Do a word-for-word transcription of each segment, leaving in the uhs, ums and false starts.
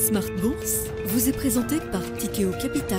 Smart Bourse vous est présenté par Tikeo Capital.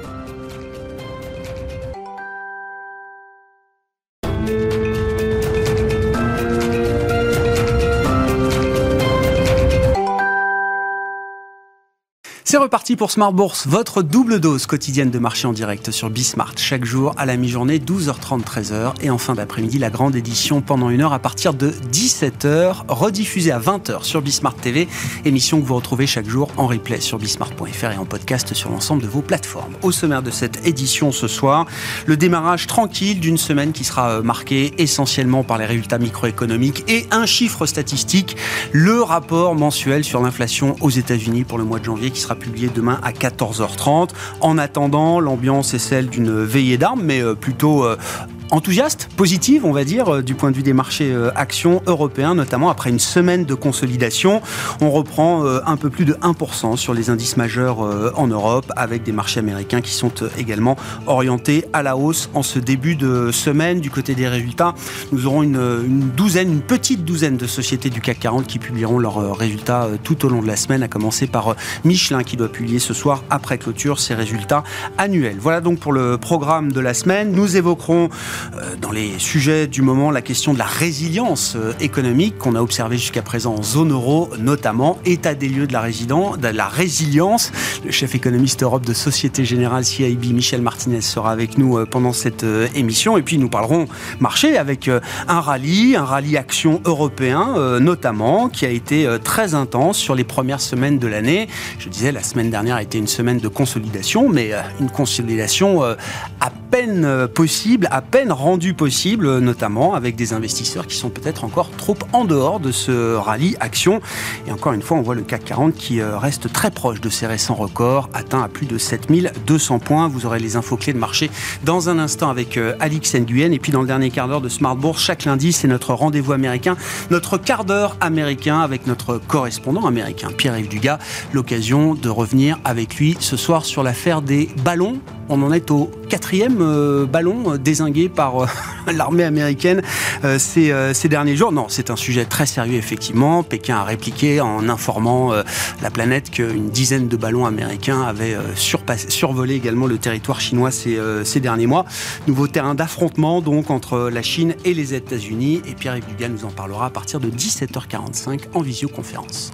C'est reparti pour Smart Bourse, votre double dose quotidienne de marché en direct sur Bismart. Chaque jour à la mi-journée, douze heures trente, treize heures. Et en fin d'après-midi, la grande édition pendant une heure à partir de dix-sept heures, rediffusée à vingt heures sur Bismart T V. Émission que vous retrouvez chaque jour en replay sur bismart point f r et en podcast sur l'ensemble de vos plateformes. Au sommaire de cette édition ce soir, le démarrage tranquille d'une semaine qui sera marquée essentiellement par les résultats microéconomiques et un chiffre statistique, le rapport mensuel sur l'inflation aux États-Unis pour le mois de janvier qui sera publié demain à quatorze heures trente. En attendant, l'ambiance est celle d'une veillée d'armes, mais plutôt euh, enthousiaste, positive, on va dire, du point de vue des marchés euh, actions européens, notamment après une semaine de consolidation. On reprend euh, un peu plus de un pour cent sur les indices majeurs euh, en Europe, avec des marchés américains qui sont euh, également orientés à la hausse en ce début de semaine. Du côté des résultats, nous aurons une, une douzaine, une petite douzaine de sociétés du C A C quarante qui publieront leurs euh, résultats euh, tout au long de la semaine, à commencer par euh, Michelin qui doit publier ce soir après clôture ses résultats annuels. Voilà donc pour le programme de la semaine. Nous évoquerons dans les sujets du moment la question de la résilience économique qu'on a observée jusqu'à présent en zone euro, notamment état des lieux de la, résident, de la résilience. Le chef économiste Europe de Société Générale C I B, Michel Martinez, sera avec nous pendant cette émission. Et puis nous parlerons marché avec un rallye, un rallye action européen notamment, qui a été très intense sur les premières semaines de l'année. Je disais, la semaine dernière a été une semaine de consolidation, mais une consolidation à peine possible, à peine rendue possible, notamment avec des investisseurs qui sont peut-être encore trop en dehors de ce rallye action. Et encore une fois, on voit le C A C quarante qui reste très proche de ses récents records, atteint à plus de sept mille deux cents points. Vous aurez les infos clés de marché dans un instant avec Alix Nguyen. Et puis dans le dernier quart d'heure de Smart Bourse, chaque lundi, c'est notre rendez-vous américain, notre quart d'heure américain avec notre correspondant américain, Pierre-Yves Dugas. L'occasion de revenir avec lui ce soir sur l'affaire des ballons. On en est au quatrième euh, ballon euh, dézingué par euh, l'armée américaine euh, ces, euh, ces derniers jours. Non, c'est un sujet très sérieux, effectivement. Pékin a répliqué en informant euh, la planète qu'une dizaine de ballons américains avaient euh, surpassé, survolé également le territoire chinois ces, euh, ces derniers mois. Nouveau terrain d'affrontement donc entre la Chine et les États-Unis. Et Pierre-Yves Dugas nous en parlera à partir de dix-sept heures quarante-cinq en visioconférence.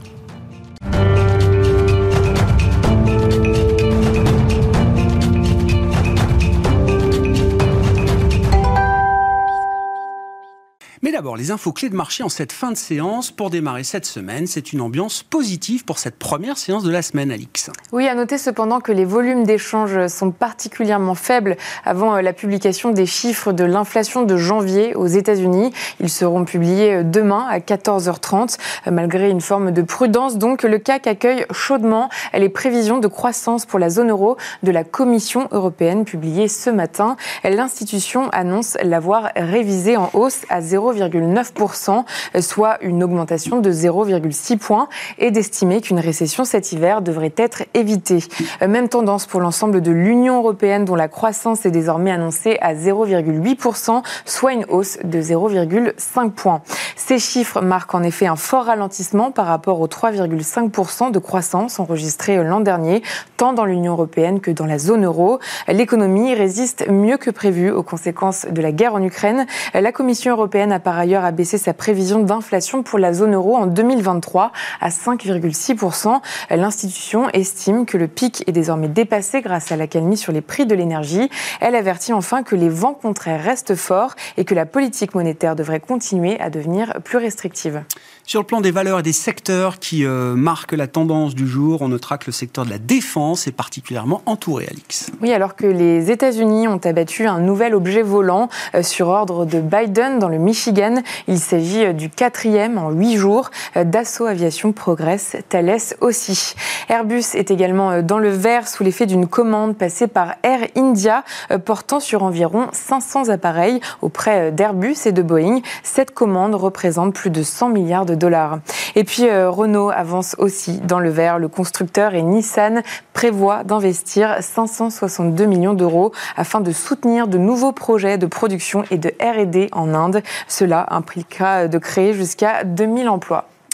Mais d'abord, les infos clés de marché en cette fin de séance. Pour démarrer cette semaine, c'est une ambiance positive pour cette première séance de la semaine, Alix. Oui, à noter cependant que les volumes d'échanges sont particulièrement faibles avant la publication des chiffres de l'inflation de janvier aux États-Unis. Ils seront publiés demain à quatorze heures trente. Malgré une forme de prudence, donc, le C A C accueille chaudement les prévisions de croissance pour la zone euro de la Commission européenne publiées ce matin. L'institution annonce l'avoir révisée en hausse à zéro virgule neuf pour cent, soit une augmentation de zéro virgule six points, et d'estimer qu'une récession cet hiver devrait être évitée. Même tendance pour l'ensemble de l'Union européenne, dont la croissance est désormais annoncée à zéro virgule huit pour cent, soit une hausse de zéro virgule cinq points. Ces chiffres marquent en effet un fort ralentissement par rapport aux trois virgule cinq pour cent de croissance enregistrée l'an dernier, tant dans l'Union européenne que dans la zone euro. L'économie résiste mieux que prévu aux conséquences de la guerre en Ukraine. La Commission européenne a par ailleurs abaissé sa prévision d'inflation pour la zone euro en deux mille vingt-trois à cinq virgule six pour cent. L'institution estime que le pic est désormais dépassé grâce à l'accalmie sur les prix de l'énergie. Elle avertit enfin que les vents contraires restent forts et que la politique monétaire devrait continuer à devenir plus restrictive. Sur le plan des valeurs et des secteurs qui euh, marquent la tendance du jour, on notera que le secteur de la défense est particulièrement entouré, Alix. Oui, alors que les États-Unis ont abattu un nouvel objet volant euh, sur ordre de Biden dans le Michigan. Il s'agit du quatrième en huit jours. Dassault Aviation progresse, Thales aussi. Airbus est également dans le vert sous l'effet d'une commande passée par Air India portant sur environ cinq cents appareils auprès d'Airbus et de Boeing. Cette commande représente plus de cent milliards de dollars. Et puis Renault avance aussi dans le vert. Le constructeur et Nissan prévoient d'investir cinq cent soixante-deux millions d'euros afin de soutenir de nouveaux projets de production et de R et D en Inde. Cela impliquera de créer jusqu'à deux mille emplois.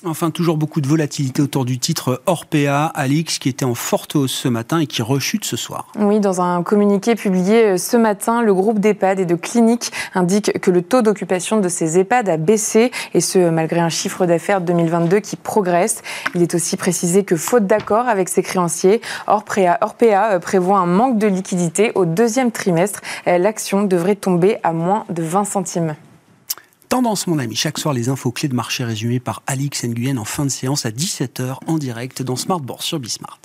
Enfin, toujours beaucoup de volatilité autour du titre Orpea, Alix, qui était en forte hausse ce matin et qui rechute ce soir. Oui, dans un communiqué publié ce matin, le groupe d'EHPAD et de cliniques indique que le taux d'occupation de ces EHPAD a baissé, et ce, malgré un chiffre d'affaires deux mille vingt-deux qui progresse. Il est aussi précisé que, faute d'accord avec ses créanciers, Orpea, Orpea prévoit un manque de liquidité au deuxième trimestre. L'action devrait tomber à moins de vingt centimes. Tendance, mon ami, chaque soir les infos clés de marché résumées par Alix Nguyen en fin de séance à dix-sept heures en direct dans Smart Bourse sur Bismart.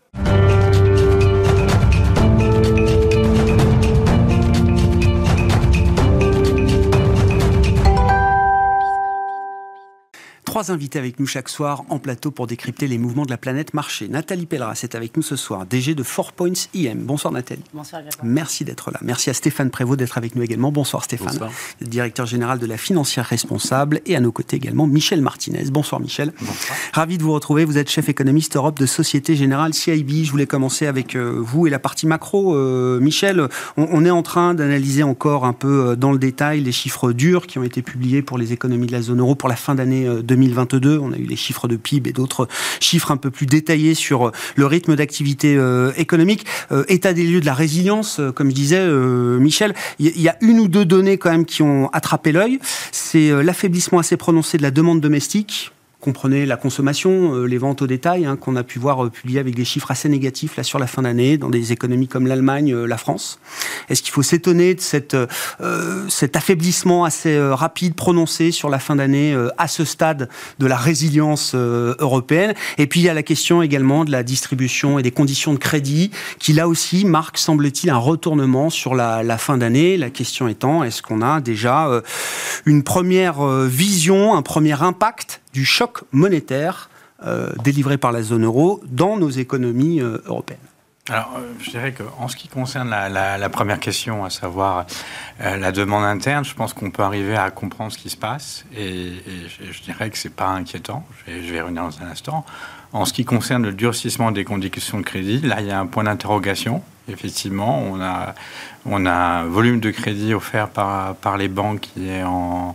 Trois invités avec nous chaque soir en plateau pour décrypter les mouvements de la planète marché. Nathalie Pelleras est avec nous ce soir, D G de Four Points I M. Bonsoir Nathalie. Bonsoir Grégoire. Merci d'être là. Merci à Stéphane Prévost d'être avec nous également. Bonsoir Stéphane. Bonsoir. Directeur général de la Financière Responsable. Et à nos côtés également Michel Martinez. Bonsoir Michel. Bonsoir. Ravi de vous retrouver. Vous êtes chef économiste Europe de Société Générale C I B. Je voulais commencer avec euh, vous et la partie macro. Euh, Michel, on, on est en train d'analyser encore un peu dans le détail les chiffres durs qui ont été publiés pour les économies de la zone euro pour la fin d'année deux mille vingt-deux. On a eu les chiffres de P I B et d'autres chiffres un peu plus détaillés sur le rythme d'activité euh, économique. Euh, état des lieux de la résilience, euh, comme je disais, euh, Michel, il y, y a une ou deux données quand même qui ont attrapé l'œil. C'est euh, l'affaiblissement assez prononcé de la demande domestique. Comprenez la consommation, euh, les ventes au détail, hein, qu'on a pu voir euh, publiées avec des chiffres assez négatifs là sur la fin d'année dans des économies comme l'Allemagne, euh, la France. Est-ce qu'il faut s'étonner de cette, euh, cet affaiblissement assez euh, rapide, prononcé sur la fin d'année euh, à ce stade de la résilience euh, européenne? Et puis il y a la question également de la distribution et des conditions de crédit qui là aussi marque, semble-t-il, un retournement sur la, la fin d'année. La question étant, est-ce qu'on a déjà euh, une première euh, vision, un premier impact du choc monétaire euh, délivré par la zone euro dans nos économies euh, européennes? Alors, euh, je dirais qu'en ce qui concerne la, la, la première question, à savoir euh, la demande interne, je pense qu'on peut arriver à comprendre ce qui se passe et, et je, je dirais que c'est pas inquiétant. Je vais, je vais revenir dans un instant. En ce qui concerne le durcissement des conditions de crédit, là, il y a un point d'interrogation. Effectivement, on a, on a un volume de crédit offert par, par les banques qui est en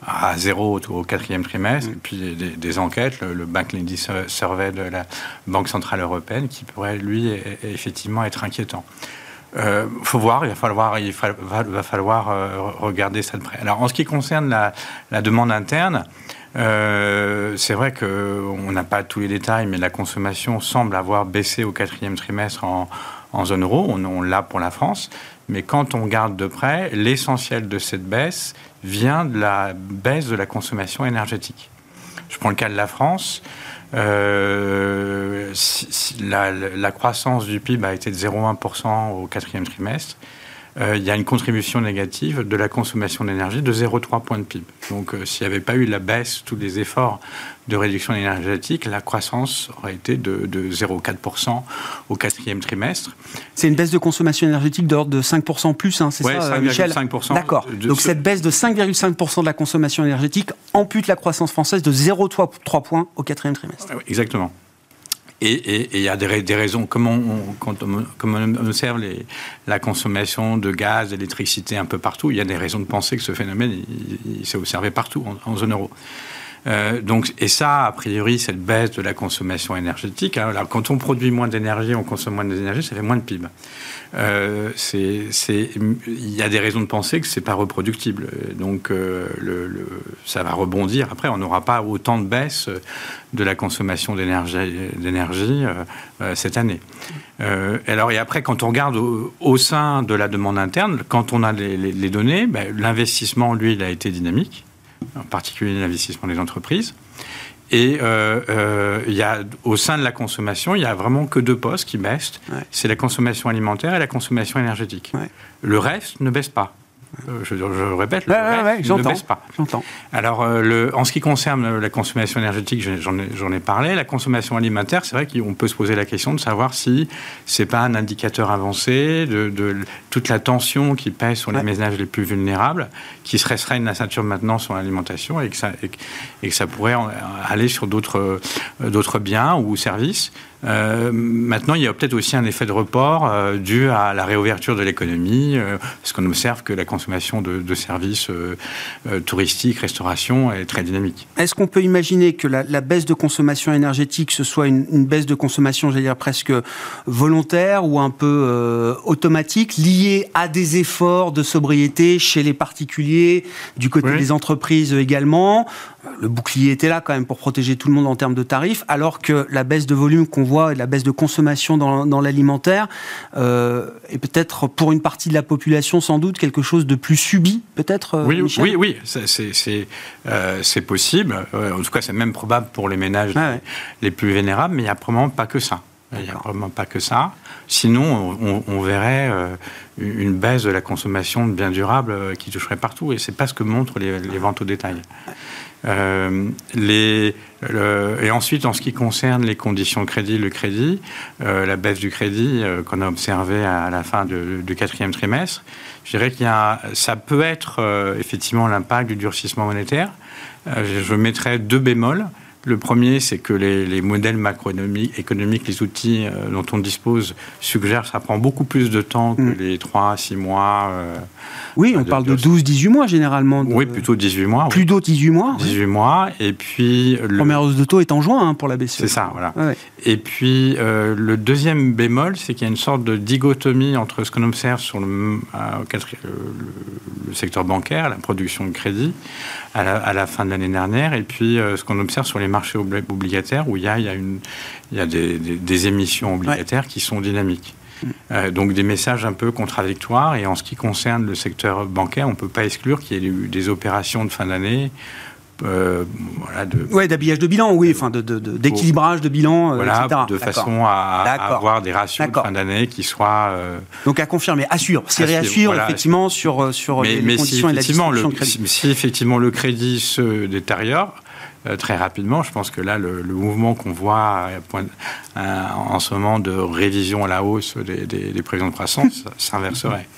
à zéro au, au quatrième trimestre, mmh. et puis des, des enquêtes, le, le Bank Lending Survey de la Banque Centrale Européenne, qui pourrait, lui, effectivement être inquiétant. Il euh, faut voir, il va falloir, il va, va falloir euh, regarder ça de près. Alors, en ce qui concerne la, la demande interne, euh, c'est vrai qu'on n'a pas tous les détails, mais la consommation semble avoir baissé au quatrième trimestre en, en zone euro. On, on l'a pour la France. Mais quand on regarde de près, l'essentiel de cette baisse vient de la baisse de la consommation énergétique. Je prends le cas de la France. Euh, si, si la, la croissance du P I B a été de zéro virgule un pour cent au quatrième trimestre. Euh, il y a une contribution négative de la consommation d'énergie de zéro virgule trois points de P I B. Donc, euh, s'il n'y avait pas eu la baisse, tous les efforts de réduction énergétique, la croissance aurait été de, de zéro virgule quatre pour cent au quatrième trimestre. C'est une baisse de consommation énergétique d'ordre de cinq pour cent plus, hein, c'est ouais, ça, Michel ? cinq pour cent. D'accord. De, Donc, ce... cette baisse de cinq virgule cinq pour cent de la consommation énergétique ampute la croissance française de zéro virgule trois points au quatrième trimestre. Exactement. Et il y a des, des raisons, comme on, on, quand on, comme on observe les, la consommation de gaz, d'électricité un peu partout, il y a des raisons de penser que ce phénomène il, il s'est observé partout en, en zone euro. Euh, donc, et ça, a priori, cette baisse de la consommation énergétique, hein, alors, quand on produit moins d'énergie, on consomme moins d'énergie, ça fait moins de P I B. Euh, c'est, c'est, il y a des raisons de penser que c'est pas reproductible. Donc, euh, le, le, ça va rebondir. Après, on n'aura pas autant de baisse de la consommation d'énergie, d'énergie euh, euh, cette année. Euh, alors, et après, quand on regarde au, au sein de la demande interne, quand on a les, les, les données, ben, l'investissement, lui, il a été dynamique, en particulier l'investissement des entreprises. Et euh, euh, y a, au sein de la consommation, il n'y a vraiment que deux postes qui baissent. Ouais. C'est la consommation alimentaire et la consommation énergétique. Ouais. Le reste ne baisse pas. Euh, je, je le répète, le ouais, reste ouais, ouais, ne baisse pas. J'entends. Alors, euh, le, en ce qui concerne la consommation énergétique, j'en ai, j'en ai parlé. La consommation alimentaire, c'est vrai qu'on peut se poser la question de savoir si c'est pas un indicateur avancé de, de toute la tension qui pèse sur les ouais. ménages les plus vulnérables, qui se restreigne la ceinture maintenant sur l'alimentation et que ça, et, et que ça pourrait aller sur d'autres, euh, d'autres biens ou services. Euh, maintenant, il y a peut-être aussi un effet de report euh, dû à la réouverture de l'économie, euh, parce qu'on observe que la consommation de, de services euh, euh, touristiques, restauration est très dynamique. Est-ce qu'on peut imaginer que la, la baisse de consommation énergétique, ce soit une, une baisse de consommation, j'allais dire presque volontaire ou un peu euh, automatique, liée à des efforts de sobriété chez les particuliers, du côté oui. des entreprises également? Le bouclier était là quand même pour protéger tout le monde en termes de tarifs, alors que la baisse de volume qu'on voit et la baisse de consommation dans, dans l'alimentaire euh, est peut-être pour une partie de la population sans doute quelque chose de plus subi, peut-être, euh, Oui, Michel oui, oui, c'est, c'est, c'est, euh, c'est possible. Euh, en tout cas, c'est même probable pour les ménages ah, les, ouais. les plus vénérables, mais il n'y a probablement pas que ça. Il n'y a vraiment pas que ça. Sinon, on, on verrait euh, une baisse de la consommation de biens durables euh, qui toucherait partout, et c'est pas ce que montrent les, les ventes au détail. Euh, les, le, et ensuite, en ce qui concerne les conditions de crédit, le crédit, euh, la baisse du crédit euh, qu'on a observée à la fin de, du quatrième trimestre, je dirais qu'il y a, ça peut être euh, effectivement l'impact du durcissement monétaire. Euh, je mettrais deux bémols. Le premier, c'est que les, les modèles macroéconomiques, économiques, les outils euh, dont on dispose suggèrent que ça prend beaucoup plus de temps que mmh. les trois à six mois. Euh, oui, on de, parle de douze à dix-huit mois généralement. De... Oui, plutôt dix-huit mois. Plus oui. d'eau, dix-huit mois. dix-huit oui. mois. Et puis. La première hausse de taux est en juin hein, pour la B C E. C'est ça, voilà. Ouais. Et puis, euh, le deuxième bémol, c'est qu'il y a une sorte de dichotomie entre ce qu'on observe sur le, euh, le, le secteur bancaire, la production de crédit, à la, à la fin de l'année dernière, et puis euh, ce qu'on observe sur les marchés obligataires, où il y a, il y a, une, il y a des, des, des émissions obligataires ouais. qui sont dynamiques. Mmh. Euh, donc des messages un peu contradictoires. Et en ce qui concerne le secteur bancaire, on ne peut pas exclure qu'il y ait eu des opérations de fin d'année. Euh, voilà, de, ouais, d'habillage de bilan, oui, enfin de, de, de, d'équilibrage de bilan, voilà, et cetera. De façon à, à avoir des ratios D'accord. de fin d'année qui soient... Euh, Donc à confirmer, assure, c'est réassure voilà, effectivement sur, sur mais, les, mais les conditions si et la distribution le, de crédit. Si, si effectivement le crédit se détériore, euh, très rapidement, je pense que là, le, le mouvement qu'on voit à point, euh, en ce moment de révision à la hausse des, des, des prévisions de croissance s'inverserait.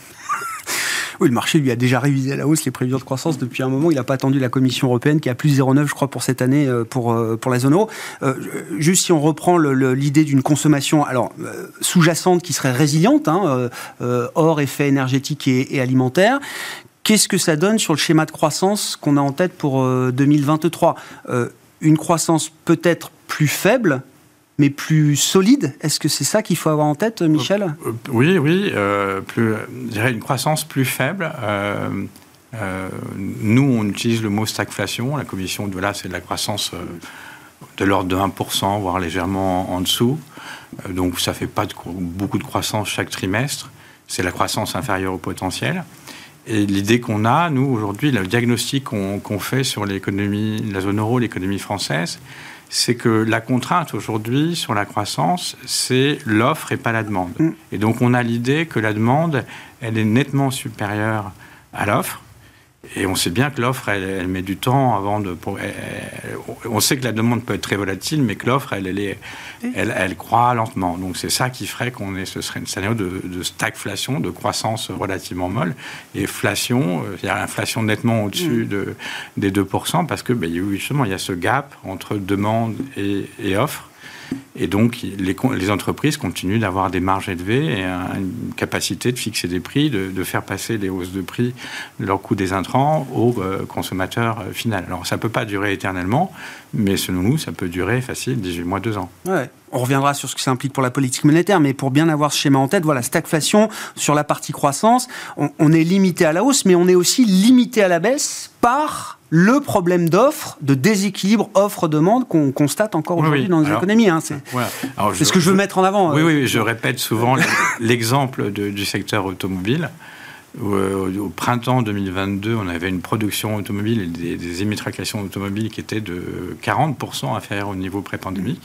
Oui, le marché lui a déjà révisé à la hausse les prévisions de croissance depuis un moment. Il n'a pas attendu la Commission européenne qui a plus zéro virgule neuf, je crois, pour cette année pour, pour la zone euro. Euh, juste si on reprend le, le, l'idée d'une consommation alors, euh, sous-jacente qui serait résiliente, hein, euh, hors effet énergétique et, et alimentaire, qu'est-ce que ça donne sur le schéma de croissance qu'on a en tête pour euh, deux mille vingt-trois ? euh, Une croissance peut-être plus faible, mais plus solide. Est-ce que c'est ça qu'il faut avoir en tête, Michel ? euh, Oui, oui. Euh, plus, je dirais une croissance plus faible. Euh, euh, nous, on utilise le mot stagflation. La Commission, de là, c'est de la croissance euh, de l'ordre de un pour cent, voire légèrement en, en dessous. Euh, donc, ça ne fait pas de, beaucoup de croissance chaque trimestre. C'est la croissance inférieure au potentiel. Et l'idée qu'on a, nous, aujourd'hui, le diagnostic qu'on, qu'on fait sur l'économie, la zone euro, l'économie française, c'est que la contrainte aujourd'hui sur la croissance, c'est l'offre et pas la demande. Mm. Et donc on a l'idée que la demande, elle est nettement supérieure à l'offre. Et on sait bien que l'offre, elle, elle met du temps avant de... Pour, elle, elle, on sait que la demande peut être très volatile, mais que l'offre, elle, elle, est, elle, elle croît lentement. Donc c'est ça qui ferait qu'on ait, ce serait une scénario de, de stagflation, de croissance relativement molle. Et inflation, il y a l'inflation nettement au-dessus mmh. de, des deux pour cent, parce que ben, justement, il y a ce gap entre demande et, et offre. Et donc, les, les entreprises continuent d'avoir des marges élevées et une capacité de fixer des prix, de, de faire passer les hausses de prix de leur coût des intrants au euh, consommateur euh, final. Alors, ça ne peut pas durer éternellement, mais selon nous, ça peut durer facile dix-huit mois, deux ans. Ouais. On reviendra sur ce que ça implique pour la politique monétaire, mais pour bien avoir ce schéma en tête, voilà, stagflation sur la partie croissance, on, on est limité à la hausse, mais on est aussi limité à la baisse par le problème d'offre, de déséquilibre offre-demande qu'on constate encore aujourd'hui oui, oui. dans les Alors, économies. Hein. C'est, ouais. Alors, c'est je, ce que je veux je, mettre en avant. Oui, oui, je répète souvent l'exemple de, du secteur automobile. Où, euh, au printemps deux mille vingt-deux, on avait une production automobile et des, des immatriculations automobiles qui étaient de quarante pour cent inférieures au niveau pré-pandémique.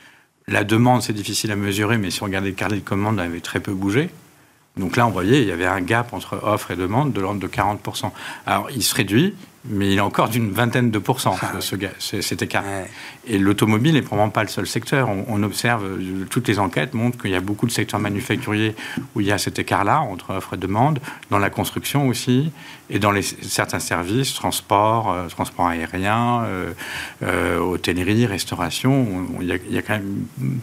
La demande, c'est difficile à mesurer, mais si on regardait le carnet de commandes, elle avait très peu bougé. Donc là, on voyait, il y avait un gap entre offre et demande de l'ordre de quarante pour cent. Alors, il se réduit, mais il est encore d'une vingtaine de pourcents, ah, ce, ce, cet écart. Ouais. Et l'automobile n'est probablement pas le seul secteur. On, on observe, toutes les enquêtes montrent qu'il y a beaucoup de secteurs manufacturiers où il y a cet écart-là entre offre et demande, dans la construction aussi, et dans les, certains services, transport, euh, transport aérien, euh, euh, hôtellerie, restauration. On, il, y a, il y a quand même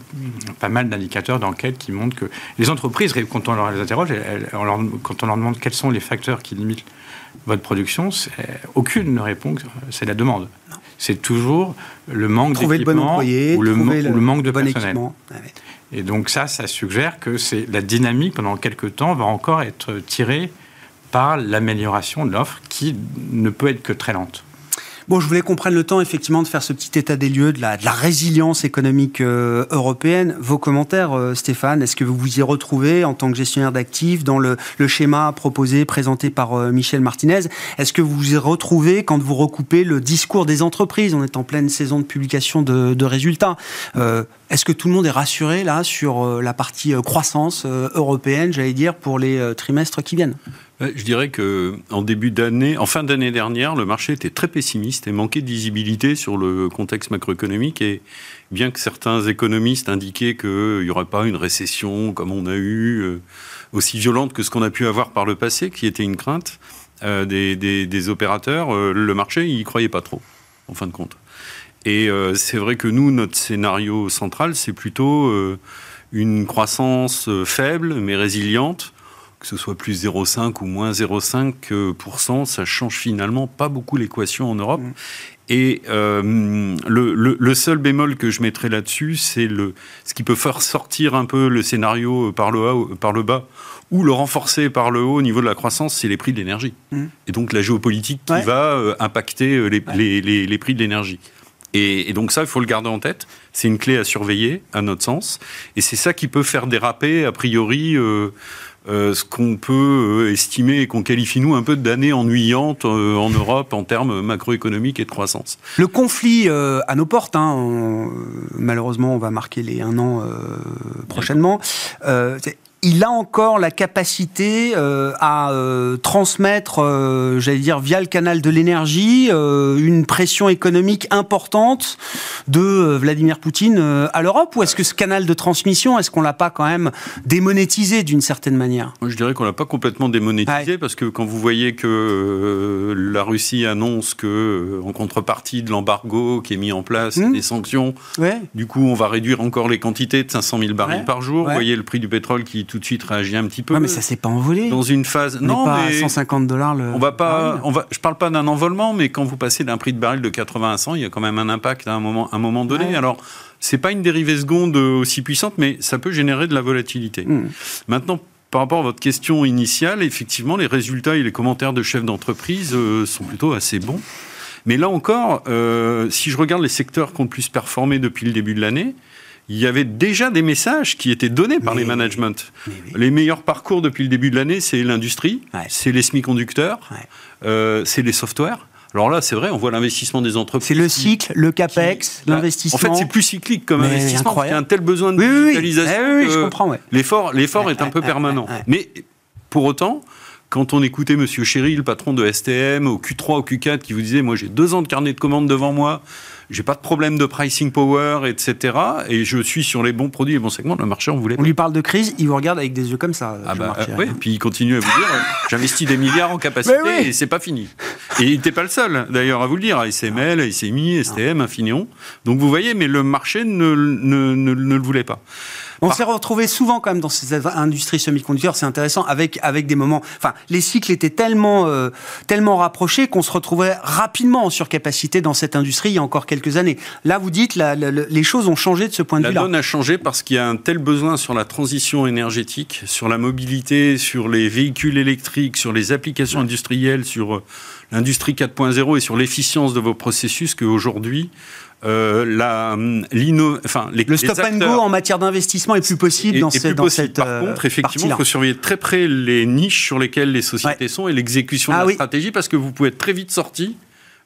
pas mal d'indicateurs d'enquête qui montrent que les entreprises, quand on les interroge, elles, on leur, quand on leur demande quels sont les facteurs qui limitent votre production, aucune ne répond, c'est la demande. Non. C'est toujours le manque trouver d'équipement le bon employé, ou, le, le, ou le manque de bon personnel. Ah ouais. Et donc ça, ça suggère que c'est, la dynamique, pendant quelques temps, va encore être tirée par l'amélioration de l'offre qui ne peut être que très lente. Bon, je voulais qu'on prenne le temps, effectivement, de faire ce petit état des lieux de la, de la résilience économique euh, européenne. Vos commentaires, euh, Stéphane, est-ce que vous vous y retrouvez en tant que gestionnaire d'actifs dans le, le schéma proposé, présenté par euh, Michel Martinez? Est-ce que vous vous y retrouvez quand vous recoupez le discours des entreprises? On est en pleine saison de publication de, de résultats. Euh, est-ce que tout le monde est rassuré, là, sur euh, la partie euh, croissance euh, européenne, j'allais dire, pour les euh, trimestres qui viennent? Je dirais qu'en début d'année, en fin d'année dernière, le marché était très pessimiste et manquait de visibilité sur le contexte macroéconomique. Et bien que certains économistes indiquaient qu'il n'y aurait pas une récession comme on a eu, aussi violente que ce qu'on a pu avoir par le passé, qui était une crainte euh, des, des, des opérateurs, euh, le marché n'y croyait pas trop, en fin de compte. Et euh, c'est vrai que nous, notre scénario central, c'est plutôt euh, une croissance faible mais résiliente. Que ce soit plus zéro virgule cinq ou moins zéro virgule cinq pour cent, ça change finalement pas beaucoup l'équation en Europe. Mmh. Et euh, le, le, le seul bémol que je mettrais là-dessus, c'est le, ce qui peut faire sortir un peu le scénario par le, haut, par le bas ou le renforcer par le haut au niveau de la croissance, c'est les prix de l'énergie. Mmh. Et donc la géopolitique qui ouais. va euh, impacter les, ouais. les, les, les prix de l'énergie. Et, et donc ça, il faut le garder en tête. C'est une clé à surveiller, à notre sens. Et c'est ça qui peut faire déraper, a priori... Euh, Euh, ce qu'on peut euh, estimer et qu'on qualifie, nous, un peu d'année ennuyante euh, en Europe en termes macroéconomiques et de croissance. Le conflit euh, à nos portes, hein, on, malheureusement, on va marquer les un an euh, prochainement. Euh, il a encore la capacité euh, à euh, transmettre, euh, j'allais dire, via le canal de l'énergie, euh, une pression économique importante de euh, Vladimir Poutine euh, à l'Europe? Ou est-ce que ce canal de transmission, est-ce qu'on l'a pas quand même démonétisé d'une certaine manière? Moi, je dirais qu'on l'a pas complètement démonétisé, ouais. parce que quand vous voyez que euh, la Russie annonce que, euh, en contrepartie de l'embargo qui est mis en place, mmh. des sanctions, ouais. du coup, on va réduire encore les quantités de cinq cent mille barils ouais. par jour. Ouais. Vous voyez le prix du pétrole qui tout de suite réagit un petit peu. Ouais, mais ça s'est pas envolé. Dans une phase, on non, pas mais à cent cinquante dollars le. On va pas, on va. Je parle pas d'un envolement, mais quand vous passez d'un prix de baril de quatre-vingts à cent, il y a quand même un impact à un moment, à un moment donné. Ouais. Alors, c'est pas une dérivée seconde aussi puissante, mais ça peut générer de la volatilité. Mmh. Maintenant, par rapport à votre question initiale, effectivement, les résultats et les commentaires de chefs d'entreprise euh, sont plutôt assez bons. Mais là encore, euh, si je regarde les secteurs qui ont le plus performé depuis le début de l'année, il y avait déjà des messages qui étaient donnés par mais, les managements. Oui. Les meilleurs parcours depuis le début de l'année, c'est l'industrie, ouais. c'est les semi-conducteurs, ouais. euh, c'est les softwares. Alors là, c'est vrai, on voit l'investissement des entreprises. C'est le cycle, le capex, qui, l'investissement. En fait, c'est plus cyclique comme mais investissement, parce qu'il y a un tel besoin de oui, digitalisation. Oui, oui, oui, je comprends. Ouais. L'effort, l'effort ouais, est un ouais, peu ouais, permanent. Ouais, ouais. Mais pour autant... Quand on écoutait M. Chéry, le patron de S T M, au Q trois, au Q quatre, qui vous disait « Moi, j'ai deux ans de carnet de commandes devant moi, j'ai pas de problème de pricing power, et cetera. Et je suis sur les bons produits et bons segments. » Le marché, on voulait pas. On lui parle de crise, il vous regarde avec des yeux comme ça. Ah bah, euh, oui, et puis il continue à vous dire « J'investis des milliards en capacité oui. et c'est pas fini. » Et il n'était pas le seul, d'ailleurs, à vous le dire. A S M L, A S M I, S T M, Infineon. Donc vous voyez, mais le marché ne, ne, ne, ne le voulait pas. On Par... s'est retrouvé souvent quand même dans ces industries semi-conducteurs, c'est intéressant, avec, avec des moments... Enfin, les cycles étaient tellement, euh, tellement rapprochés qu'on se retrouvait rapidement en surcapacité dans cette industrie il y a encore quelques années. Là, vous dites, la, la, les choses ont changé de ce point de la vue-là. La donne a changé parce qu'il y a un tel besoin sur la transition énergétique, sur la mobilité, sur les véhicules électriques, sur les applications ouais. industrielles, sur l'industrie quatre point zéro et sur l'efficience de vos processus qu'aujourd'hui... Euh, la, l'ino, enfin, les, le stop les acteurs, and go en matière d'investissement est plus possible est, dans, est ce, plus dans possible. cette Par contre, effectivement, il faut surveiller très près les niches sur lesquelles les sociétés ouais. sont et l'exécution ah, de la oui. stratégie, parce que vous pouvez être très vite sorti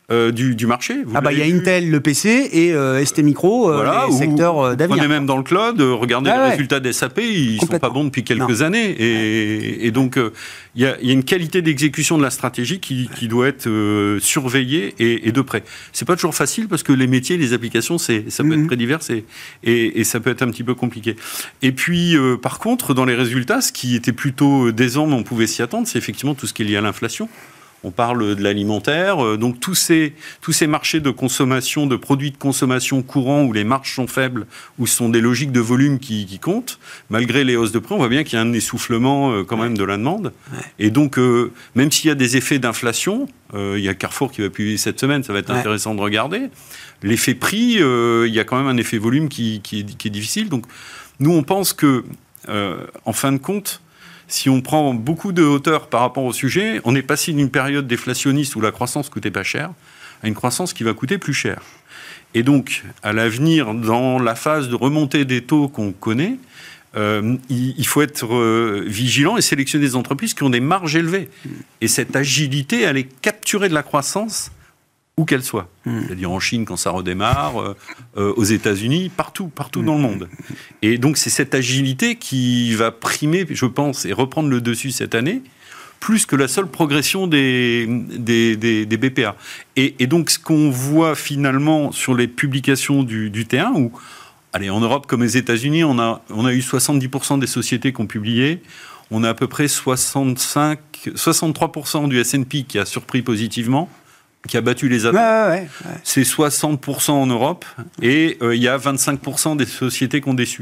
euh, du, du marché. Vous ah bah il y a vu. Intel, le P C, et euh, S T Micro, euh, voilà, les secteurs euh, d'avenir. On est même dans le cloud, euh, regardez ah les ouais. résultats des S A P, ils sont pas bons depuis quelques non. années. Et, et donc, il euh, y, y a une qualité d'exécution de la stratégie qui, qui doit être euh, surveillée et, et de près. C'est pas toujours facile parce que les métiers, les applications, c'est, ça peut mm-hmm. être très divers et, et, et ça peut être un petit peu compliqué. Et puis, euh, par contre, dans les résultats, ce qui était plutôt décevant, mais on pouvait s'y attendre, c'est effectivement tout ce qui est lié à l'inflation. On parle de l'alimentaire, donc tous ces, tous ces marchés de consommation, de produits de consommation courants où les marges sont faibles, où ce sont des logiques de volume qui, qui comptent, malgré les hausses de prix, on voit bien qu'il y a un essoufflement euh, quand même de la demande. Ouais. Et donc, euh, même s'il y a des effets d'inflation, euh, il y a Carrefour qui va publier cette semaine, ça va être ouais. intéressant de regarder. L'effet prix, euh, il y a quand même un effet volume qui, qui, est, qui est difficile. Donc, nous, on pense que, euh, en fin de compte, si on prend beaucoup de hauteur par rapport au sujet, on est passé d'une période déflationniste où la croissance coûtait pas cher à une croissance qui va coûter plus cher. Et donc, à l'avenir, dans la phase de remontée des taux qu'on connaît, euh, il, il faut être euh, vigilant et sélectionner des entreprises qui ont des marges élevées. Et cette agilité, elle est capturer de la croissance où qu'elle soit. Mmh. C'est-à-dire en Chine quand ça redémarre, euh, euh, aux États-Unis, partout, partout mmh. dans le monde. Et donc c'est cette agilité qui va primer, je pense, et reprendre le dessus cette année, plus que la seule progression des, des, des, des B P A. Et, et donc ce qu'on voit finalement sur les publications du, du T un, où, allez, en Europe comme aux États-Unis, on a, on a eu soixante-dix pour cent des sociétés qui ont publié, on a à peu près soixante-cinq, soixante-trois pour cent du S and P qui a surpris positivement, qui a battu les attentes. Ouais, ouais, ouais. C'est soixante pour cent en Europe et euh, il y a vingt-cinq pour cent des sociétés qui ont déçu.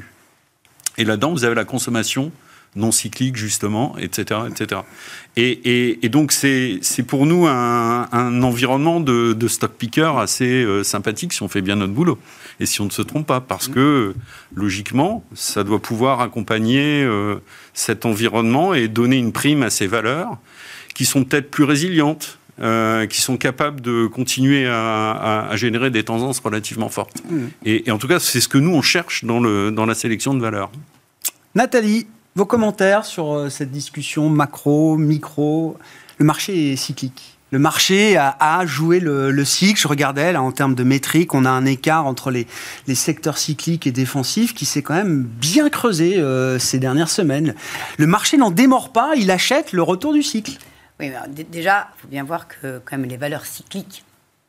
Et là-dedans, vous avez la consommation non cyclique, justement, et cetera, et cetera. Et, et, et donc, c'est, c'est pour nous un, un environnement de, de stock picker assez euh, sympathique si on fait bien notre boulot et si on ne se trompe pas. Parce que, logiquement, ça doit pouvoir accompagner euh, cet environnement et donner une prime à ces valeurs qui sont peut-être plus résilientes, Euh, qui sont capables de continuer à, à, à générer des tendances relativement fortes. Mmh. Et, et en tout cas, c'est ce que nous, on cherche dans, le, dans la sélection de valeurs. Nathalie, vos commentaires sur euh, cette discussion macro, micro. Le marché est cyclique. Le marché a, a joué le, le cycle. Je regardais, là, en termes de métriques, on a un écart entre les, les secteurs cycliques et défensifs qui s'est quand même bien creusé euh, ces dernières semaines. Le marché n'en démord pas, il achète le retour du cycle. Oui, mais d- déjà, il faut bien voir que quand même les valeurs cycliques,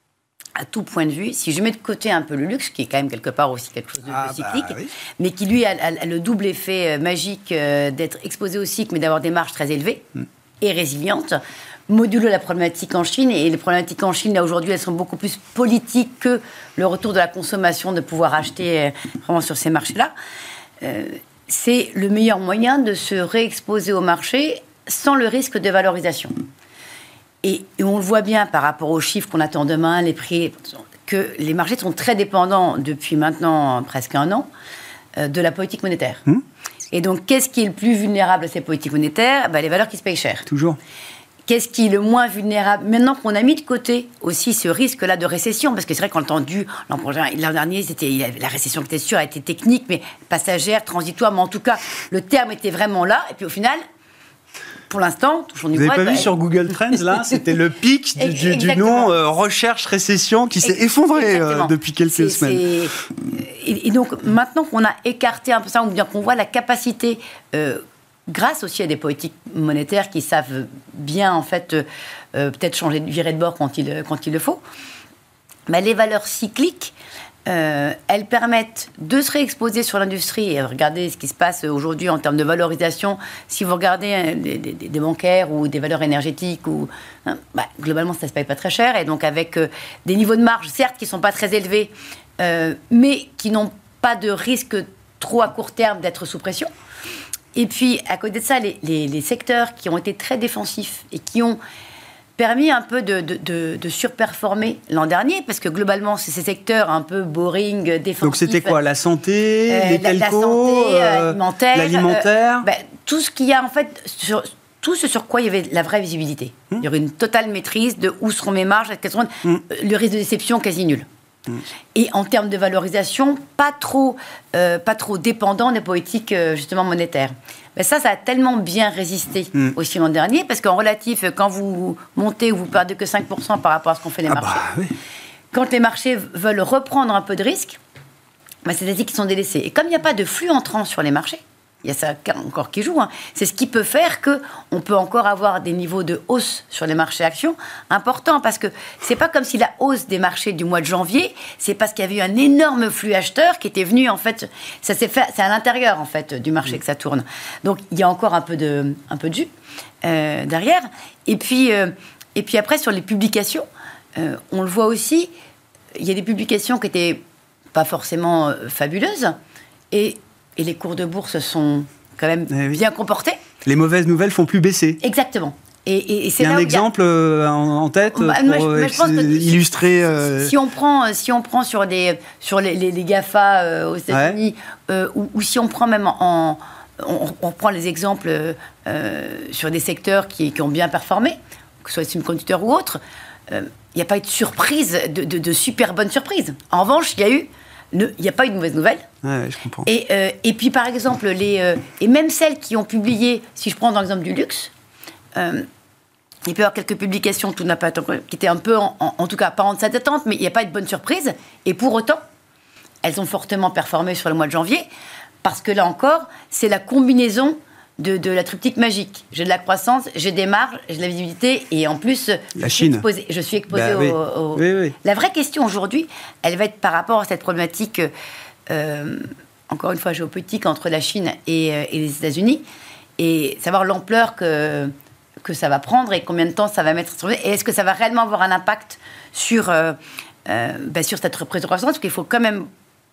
à tout point de vue, si je mets de côté un peu le luxe, qui est quand même quelque part aussi quelque chose de ah, cyclique, bah, oui. mais qui lui a, a, a le double effet magique euh, d'être exposé au cycle, mais d'avoir des marges très élevées mm. et résilientes, modulo la problématique en Chine. Et les problématiques en Chine, là, aujourd'hui, elles sont beaucoup plus politiques que le retour de la consommation, de pouvoir acheter euh, vraiment sur ces marchés-là. Euh, c'est le meilleur moyen de se réexposer au marché sans le risque de valorisation. Et, et on le voit bien par rapport aux chiffres qu'on attend demain, les prix, que les marchés sont très dépendants depuis maintenant presque un an euh, de la politique monétaire. Mmh. Et donc, qu'est-ce qui est le plus vulnérable à ces politiques monétaires ? Ben, les valeurs qui se payent cher. Toujours. Qu'est-ce qui est le moins vulnérable ? Maintenant qu'on a mis de côté aussi ce risque-là de récession, parce que c'est vrai qu'on l'a entendu l'an prochain, l'an dernier, c'était, la récession qui était sûre, a été technique, mais passagère, transitoire, mais en tout cas, le terme était vraiment là. Et puis au final, pour l'instant, toujours Vous n'avez pas bah, vu elle... sur Google Trends, là, c'était le pic du, du, du nom euh, recherche-récession qui s'est effondré euh, depuis quelques c'est, semaines. C'est... Et, et donc, maintenant qu'on a écarté un peu ça, on bien qu'on voit la capacité, euh, grâce aussi à des politiques monétaires qui savent bien, en fait, euh, peut-être changer, virer de bord quand il, quand il le faut, mais les valeurs cycliques, Euh, elles permettent de se réexposer sur l'industrie. Et regardez ce qui se passe aujourd'hui en termes de valorisation. Si vous regardez hein, des, des, des bancaires ou des valeurs énergétiques, ou, hein, bah, globalement, ça ne se paye pas très cher. Et donc, avec euh, des niveaux de marge, certes, qui ne sont pas très élevés, euh, mais qui n'ont pas de risque trop à court terme d'être sous pression. Et puis, à côté de ça, les, les, les secteurs qui ont été très défensifs et qui ont permis un peu de, de, de, de surperformer l'an dernier, parce que globalement, c'est ces secteurs un peu boring, défensifs. Donc c'était quoi ? La santé, euh, les telcos, la, la santé, euh, alimentaire, l'alimentaire euh, ben, tout ce qu'il y a en fait, sur, tout ce sur quoi il y avait la vraie visibilité. Hum. Il y aurait une totale maîtrise de où seront mes marges, quels seront, hum. le risque de déception quasi nul. Mmh. Et en termes de valorisation, pas trop, euh, pas trop dépendant des politiques euh, justement monétaires. Mais ça, ça a tellement bien résisté mmh. aussi l'an dernier, parce qu'en relatif, quand vous montez ou vous perdez que cinq pour cent par rapport à ce qu'ont fait les ah marchés, bah, oui. quand les marchés veulent reprendre un peu de risque, bah, c'est-à-dire qu'ils sont délaissés. Et comme il n'y a pas de flux entrant sur les marchés, il y a ça encore qui joue, hein. C'est ce qui peut faire qu'on peut encore avoir des niveaux de hausse sur les marchés actions importants, parce que c'est pas comme si la hausse des marchés du mois de janvier, c'est parce qu'il y avait eu un énorme flux acheteur qui était venu, en fait, ça s'est fait, c'est à l'intérieur, en fait, du marché que ça tourne. Donc, il y a encore un peu de, un peu de jus euh, derrière. Et puis, euh, et puis après, sur les publications, euh, on le voit aussi, il y a des publications qui étaient pas forcément euh, fabuleuses, et Et les cours de bourse sont quand même eh oui. bien comportés. Les mauvaises nouvelles font plus baisser. Exactement. Et, et, et c'est il y a là un où exemple il y a... en, en tête bah, pour moi, je, moi, je illustrer... Si, euh... si, on prend, si on prend sur, des, sur les, les, les GAFA euh, aux États-Unis, ouais. euh, ou, ou si on prend même en... On, on prend les exemples euh, sur des secteurs qui, qui ont bien performé, que ce soit semi-conducteurs ou autres, il euh, n'y a pas eu de surprise, de, de, de super bonnes surprises. En revanche, il y a eu... Il n'y a pas eu de mauvaise nouvelle. Ouais, je comprends. Et, euh, et puis, par exemple, les, euh, et même celles qui ont publié, si je prends dans l'exemple du luxe, euh, il peut y avoir quelques publications, tout n'a pas été, qui étaient un peu, en, en, en tout cas, pas en deçà d'attente, mais il n'y a pas eu de bonne surprise. Et pour autant, elles ont fortement performé sur le mois de janvier, parce que là encore, c'est la combinaison de, de la triptyque magique. J'ai de la croissance, j'ai des marges, j'ai de la visibilité, et en plus, la je, Chine. Suis exposé, je suis exposée bah, au... oui. au... Oui, oui. La vraie question aujourd'hui, elle va être par rapport à cette problématique, euh, encore une fois, géopolitique entre la Chine et, euh, et les États-Unis, et savoir l'ampleur que, que ça va prendre et combien de temps ça va mettre sur... Et est-ce que ça va réellement avoir un impact sur, euh, euh, bah, sur cette reprise de croissance? Parce qu'il faut quand même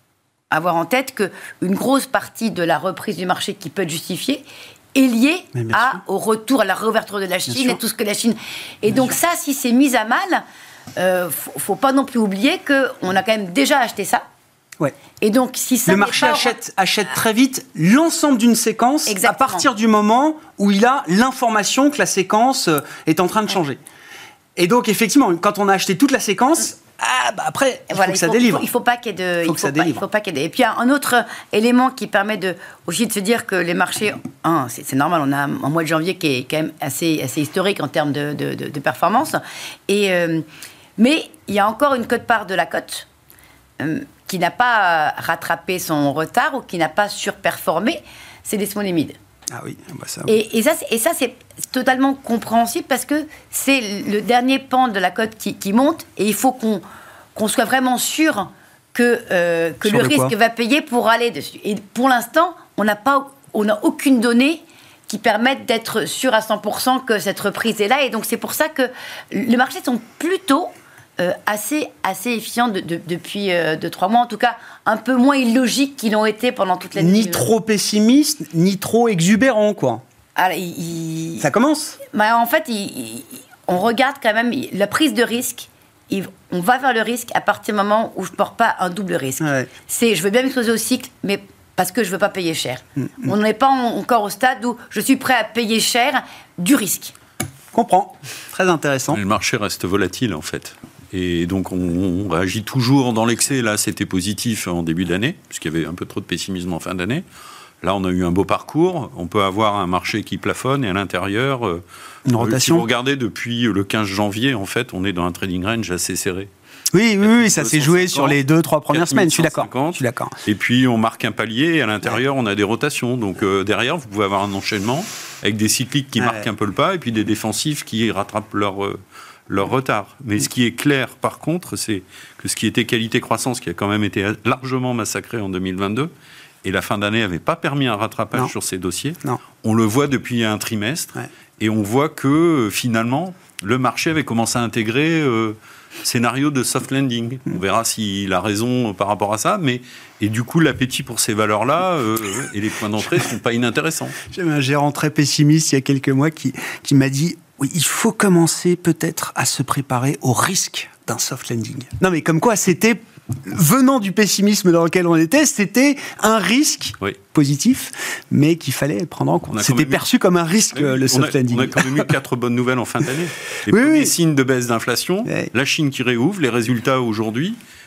avoir en tête qu'une grosse partie de la reprise du marché qui peut être justifiée est liée à, au retour, à la réouverture de la Chine et tout ce que la Chine... Et bien donc sûr. Ça, si c'est mis à mal, il euh, ne faut, faut pas non plus oublier qu'on a quand même déjà acheté ça. Ouais. Et donc, si ça le marché pas... achète, achète très vite l'ensemble d'une séquence. Exactement. À partir du moment où il a l'information que la séquence est en train de changer. Et donc, effectivement, quand on a acheté toute la séquence... Ah, bah après, il voilà, faut que il ça faut, délivre. Il ne faut, faut pas qu'il y ait de... Il faut il que faut ça pas, délivre. Il faut pas qu'il y ait de... Et puis, un autre élément qui permet de, aussi de se dire que les marchés... Hein, c'est, c'est normal, on a un mois de janvier qui est quand même assez, assez historique en termes de, de, de, de performance. Et, euh, mais il y a encore une quote-part de la cote euh, qui n'a pas rattrapé son retard ou qui n'a pas surperformé. C'est les small et mid. Ah oui, bah ça, oui. Et, et, ça, et ça, c'est totalement compréhensible parce que c'est le dernier pan de la cote qui, qui monte et il faut qu'on, qu'on soit vraiment sûr que, euh, que le risque va payer pour aller dessus. Et pour l'instant, on n'a pas, on n'a aucune donnée qui permette d'être sûr à cent pour cent que cette reprise est là. Et donc, c'est pour ça que les marchés sont plutôt euh, assez, assez efficients de, de, depuis euh, deux, trois mois. En tout cas, un peu moins illogiques qu'ils l'ont été pendant toute l'année. Ni trop pessimiste, ni trop exubérant, quoi. Alors, il, ça commence bah, en fait, il, il, on regarde quand même la prise de risque. Il, on va vers le risque à partir du moment où je ne porte pas un double risque. Ouais. C'est, je veux bien m'exposer au cycle, mais parce que je ne veux pas payer cher. Mmh. On n'est pas en, encore au stade où je suis prêt à payer cher du risque. Comprends. Très intéressant. Le marché reste volatile, en fait. Et donc, on, on réagit toujours dans l'excès. Là, c'était positif en début d'année, puisqu'il y avait un peu trop de pessimisme en fin d'année. Là, on a eu un beau parcours. On peut avoir un marché qui plafonne et à l'intérieur, euh, une rotation. Si vous regardez depuis le quinze janvier, en fait, on est dans un trading range assez serré. Oui, oui, oui, ça s'est joué sur les deux, trois premières semaines. Je suis d'accord. Je suis d'accord. Et puis, on marque un palier et à l'intérieur, ouais. on a des rotations. Donc, euh, derrière, vous pouvez avoir un enchaînement avec des cycliques qui ouais. marquent un peu le pas et puis des défensifs qui rattrapent leur... Euh, leur retard. Mais ce qui est clair, par contre, c'est que ce qui était qualité-croissance, qui a quand même été largement massacré en deux mille vingt-deux, et la fin d'année n'avait pas permis un rattrapage non. sur ces dossiers, non. on le voit depuis un trimestre, ouais. et on voit que, finalement, le marché avait commencé à intégrer euh, scénario de soft landing. On verra s'il a raison par rapport à ça, mais... Et du coup, l'appétit pour ces valeurs-là euh, et les points d'entrée ne sont pas inintéressants. J'avais un gérant très pessimiste il y a quelques mois qui, qui m'a dit « Oui, il faut commencer peut-être à se préparer au risque d'un soft landing. » Non, mais comme quoi, c'était, venant du pessimisme dans lequel on était, c'était un risque oui. positif, mais qu'il fallait prendre en compte. C'était perçu eu... comme un risque, oui, le soft on a, landing. On a quand même eu quatre bonnes nouvelles en fin d'année. Les oui, premiers oui. signes de baisse d'inflation, oui. la Chine qui réouvre, les résultats aujourd'hui,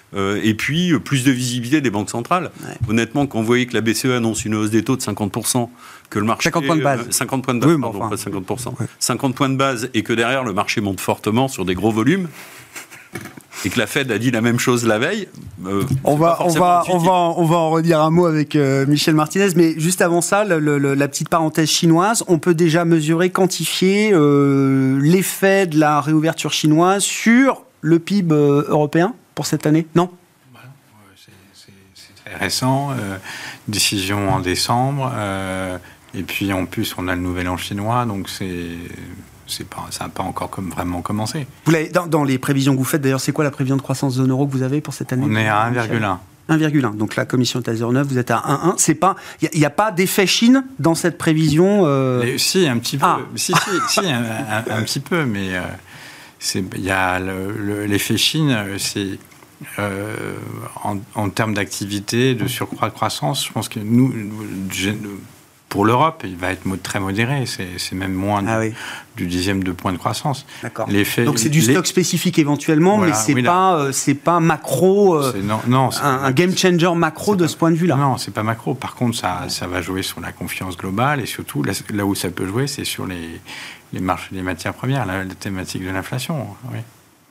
Euh, et puis, euh, plus de visibilité des banques centrales. Ouais. Honnêtement, quand vous voyez que la B C E annonce une hausse des taux de cinquante pour cent, que le marché... cinquante points de base. Euh, cinquante points de base, oui, pardon, enfin, pas cinquante pour cent. Ouais. cinquante points de base, et que derrière, le marché monte fortement sur des gros volumes, et que la Fed a dit la même chose la veille... Euh, on, va, on, va, on, va, on va en redire un mot avec euh, Michel Martinez, mais juste avant ça, le, le, la petite parenthèse chinoise, on peut déjà mesurer, quantifier euh, l'effet de la réouverture chinoise sur le P I B euh, européen pour cette année ? Non ? C'est très récent, euh, décision en décembre, euh, et puis en plus on a le nouvel an chinois, donc c'est, c'est pas, ça n'a pas encore comme vraiment commencé. Vous l'avez, dans, dans les prévisions que vous faites, d'ailleurs, c'est quoi la prévision de croissance zone euro que vous avez pour cette année ? On est à un virgule un. un virgule un. Donc la commission est à zéro virgule neuf, vous êtes à un virgule un. C'est pas, il n'y a, a pas d'effet Chine dans cette prévision euh... mais, Si, un petit peu. Ah. Si, si, si un, un, un petit peu, mais euh, il y a le, le, l'effet Chine, c'est... Euh, en, en termes d'activité, de surcroît de croissance, je pense que nous, pour l'Europe, il va être très modéré. C'est, c'est même moins ah du, oui. du dixième de point de croissance. D'accord. L'effet, Donc c'est du les... stock spécifique éventuellement, voilà, mais c'est oui, pas, euh, c'est pas macro, euh, c'est, non, non, c'est un, un game changer macro de pas, ce point de vue-là. Non, c'est pas macro. Par contre, ça, ça va jouer sur la confiance globale et surtout là, là où ça peut jouer, c'est sur les, les marchés des matières premières, la, la thématique de l'inflation. Oui.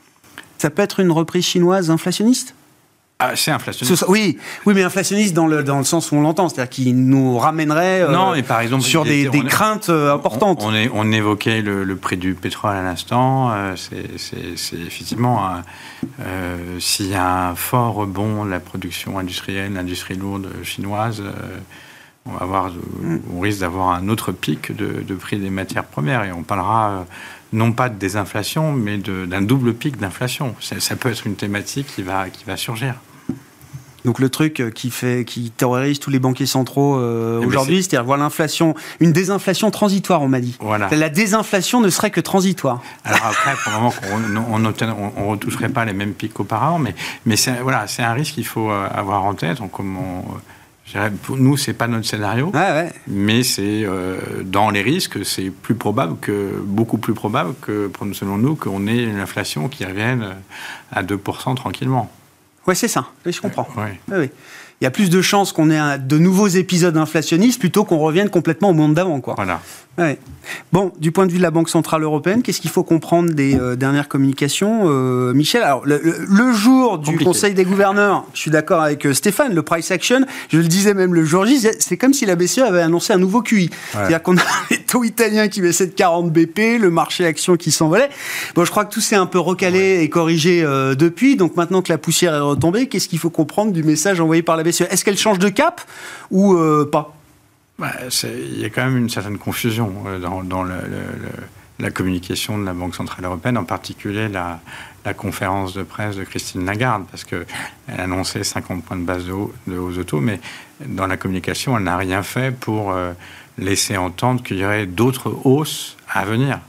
Ça peut être une reprise chinoise inflationniste ? Ah, c'est inflationniste. Oui, oui, mais inflationniste dans le, dans le sens où on l'entend, c'est-à-dire qu'il nous ramènerait euh, non, mais par exemple, sur des, des est, craintes euh, importantes. On, on, est, on évoquait le, le prix du pétrole à l'instant. Euh, c'est, c'est, c'est effectivement, un, euh, s'il y a un fort rebond de la production industrielle, l'industrie lourde chinoise, euh, on, va avoir, mm. on risque d'avoir un autre pic de, de prix des matières premières et on parlera... Euh, non pas de désinflation, mais de, d'un double pic d'inflation. Ça, ça peut être une thématique qui va, qui va surgir. Donc le truc qui, fait, qui terrorise tous les banquiers centraux euh, aujourd'hui, c'est... c'est-à-dire voir l'inflation, une désinflation transitoire, on m'a dit. Voilà. La désinflation ne serait que transitoire. Alors après, pour le moment, on ne retoucherait pas les mêmes pics qu'auparavant, mais, mais c'est, voilà, c'est un risque qu'il faut avoir en tête. Donc, on, pour nous, c'est pas notre scénario, ah ouais. mais c'est euh, dans les risques, c'est plus probable que beaucoup plus probable que, selon nous, qu'on ait une inflation qui revienne à deux pour cent tranquillement. Ouais, c'est ça. Oui, je comprends. Ouais. Oui, oui. Il y a plus de chances qu'on ait un, de nouveaux épisodes inflationnistes plutôt qu'on revienne complètement au monde d'avant, quoi. Voilà. Ouais. Bon, du point de vue de la Banque Centrale Européenne, qu'est-ce qu'il faut comprendre des euh, dernières communications, euh, Michel ? Alors, le, le, le jour du Compliqué. Conseil des gouverneurs, je suis d'accord avec euh, Stéphane, le price action, je le disais même le jour J, c'est comme si la B C E avait annoncé un nouveau Q I. Ouais. C'est-à-dire qu'on a les taux italiens qui baissaient de quarante B P, le marché action qui s'envolait. Bon, je crois que tout s'est un peu recalé ouais. et corrigé euh, depuis. Donc maintenant que la poussière est retombée, qu'est-ce qu'il faut comprendre du message envoyé par la B C E ? Est-ce qu'elle change de cap ou euh, pas ? Bah, il y a quand même une certaine confusion dans, dans le, le, le, la communication de la Banque Centrale Européenne, en particulier la, la conférence de presse de Christine Lagarde, parce qu'elle annonçait cinquante points de base de, haut, de hausse de taux, mais dans la communication, elle n'a rien fait pour euh, laisser entendre qu'il y aurait d'autres hausses à venir,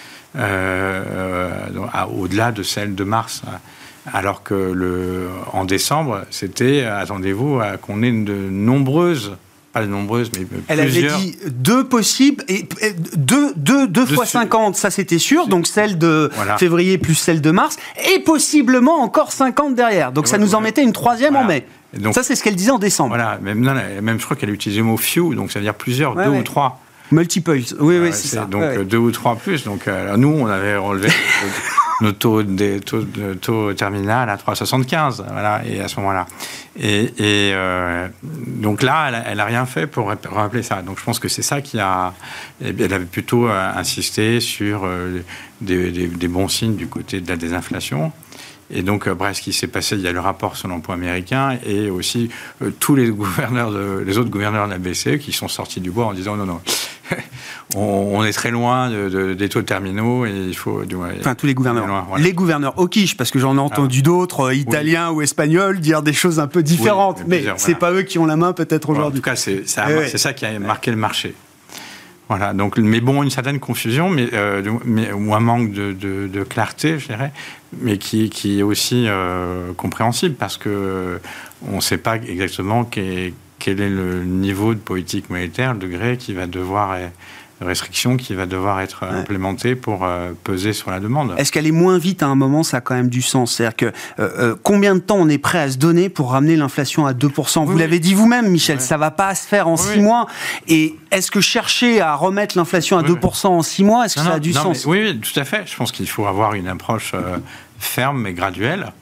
euh, euh, au-delà de celle de mars. Alors que le, en décembre, c'était, attendez-vous, à, qu'on ait de nombreuses... Pas de nombreuses, mais elle plusieurs. avait dit deux possibles, et deux, deux, deux fois cinquante, ça c'était sûr, donc celle de voilà. février plus celle de mars, et possiblement encore cinquante derrière. Donc et ça voilà, nous en mettait une troisième voilà. en mai. Donc, ça c'est ce qu'elle disait en décembre. Voilà, même, non, même je crois qu'elle utilisait le mot few, donc ça veut dire plusieurs, ouais, deux ouais. ou trois. Multiples, oui, oui, ouais, c'est, c'est ça. Donc ouais, ouais. deux ou trois plus. Donc euh, nous, on avait relevé nos taux, des taux, de, taux terminal à trois virgule soixante-quinze, voilà, et à ce moment-là. Et, et euh, donc là, elle n'a rien fait pour rappeler ça. Donc je pense que c'est ça qui a... Elle avait plutôt insisté sur euh, des, des, des bons signes du côté de la désinflation. Et donc, après, ce qui s'est passé, il y a le rapport sur l'emploi américain et aussi euh, tous les gouverneurs, de, les autres gouverneurs de la B C E qui sont sortis du bois en disant non, non, on, on est très loin de, de, des taux terminaux et il faut... Du, ouais, enfin, tous les gouverneurs. Loin, voilà. Les gouverneurs au quiche, parce que j'en ai entendu ah, d'autres, euh, italiens oui. ou espagnols, dire des choses un peu différentes. Oui, mais plusieurs, c'est voilà. pas eux qui ont la main peut-être voilà, aujourd'hui. En tout cas, c'est ça, eh c'est ouais. ça qui a marqué le marché. Voilà, donc, mais bon, une certaine confusion, mais, euh, mais, ou un manque de, de, de clarté, je dirais, mais qui, qui est aussi euh, compréhensible, parce qu'on ne sait pas exactement quel, quel est le niveau de politique monétaire, le degré qui va devoir restriction qui va devoir être ouais. implémentée pour euh, peser sur la demande. Est-ce qu'elle est moins vite à un moment? Ça a quand même du sens. C'est-à-dire que euh, euh, combien de temps on est prêt à se donner pour ramener l'inflation à deux pour cent? Vous oui, l'avez dit vous-même, Michel, ouais. ça va pas se faire en oui, six oui. mois. Et est-ce que chercher à remettre l'inflation à oui, deux pour cent en six mois, est-ce que non, ça a du non, sens? Oui, oui, tout à fait. Je pense qu'il faut avoir une approche euh, ferme mais graduelle.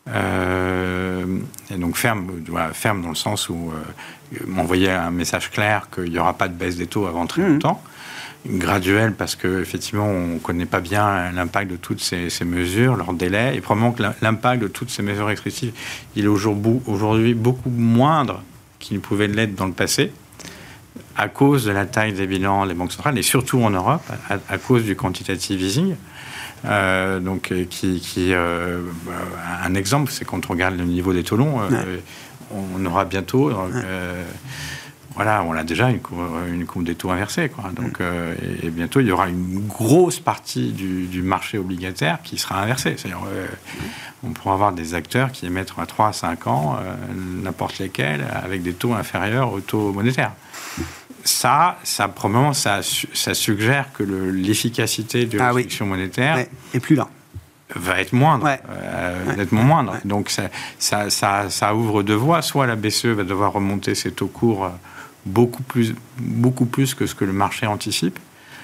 Euh, et donc ferme, voilà, ferme dans le sens où euh, m'envoyer un message clair qu'il n'y aura pas de baisse des taux avant très mmh. longtemps. Graduelle parce qu'effectivement, on ne connaît pas bien l'impact de toutes ces, ces mesures, leur délai, et probablement que l'impact de toutes ces mesures restrictives, il est aujourd'hui beaucoup moindre qu'il ne pouvait l'être dans le passé, à cause de la taille des bilans des banques centrales, et surtout en Europe, à, à cause du quantitative easing. Euh, donc, qui, qui euh, un exemple, c'est quand on regarde le niveau des taux longs, euh, ouais. on aura bientôt... Euh, ouais. Voilà, on a déjà une courbe, une courbe des taux inversée, quoi. Donc, euh, et, et bientôt, il y aura une grosse partie du, du marché obligataire qui sera inversée. C'est-à-dire, euh, on pourra avoir des acteurs qui émettent à trois à cinq ans, euh, n'importe lesquels, avec des taux inférieurs aux taux monétaires. Ça, ça, probablement, ça, ça suggère que le, l'efficacité de la ah restriction oui. monétaire ouais. est plus là. Va être moindre, ouais. euh, ouais. nettement moindre. Ouais. Donc, ça, ça, ça, ça ouvre deux voies. Soit la B C E va devoir remonter ses taux courts beaucoup plus, beaucoup plus que ce que le marché anticipe,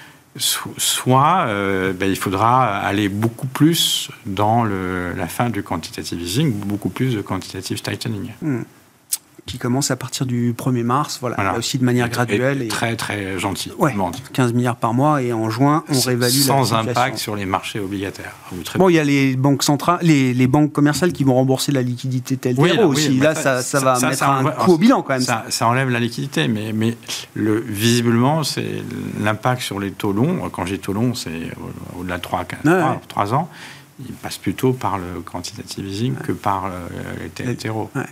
soit euh, ben, il faudra aller beaucoup plus dans le, la fin du quantitative easing, beaucoup plus de quantitative tightening. Mmh. Qui commence à partir du premier mars, voilà, voilà. Là aussi de manière graduelle. Et très, très gentil. Ouais, quinze milliards par mois, et en juin, on réévalue la sans impact sur les marchés obligataires. Très bon, il y a les banques centrales, les, les banques commerciales qui vont rembourser la liquidité T L T R O oui, là, aussi. Oui, là, ça, ça, ça va ça, mettre ça, un ça, coup au bilan, quand même. Ça, ça enlève la liquidité, mais, mais le, visiblement, c'est l'impact sur les taux longs. Quand j'ai taux longs, c'est au-delà de trois ouais. ans. Il passe plutôt par le quantitative easing ouais. que par euh, les T L T R O. Ouais.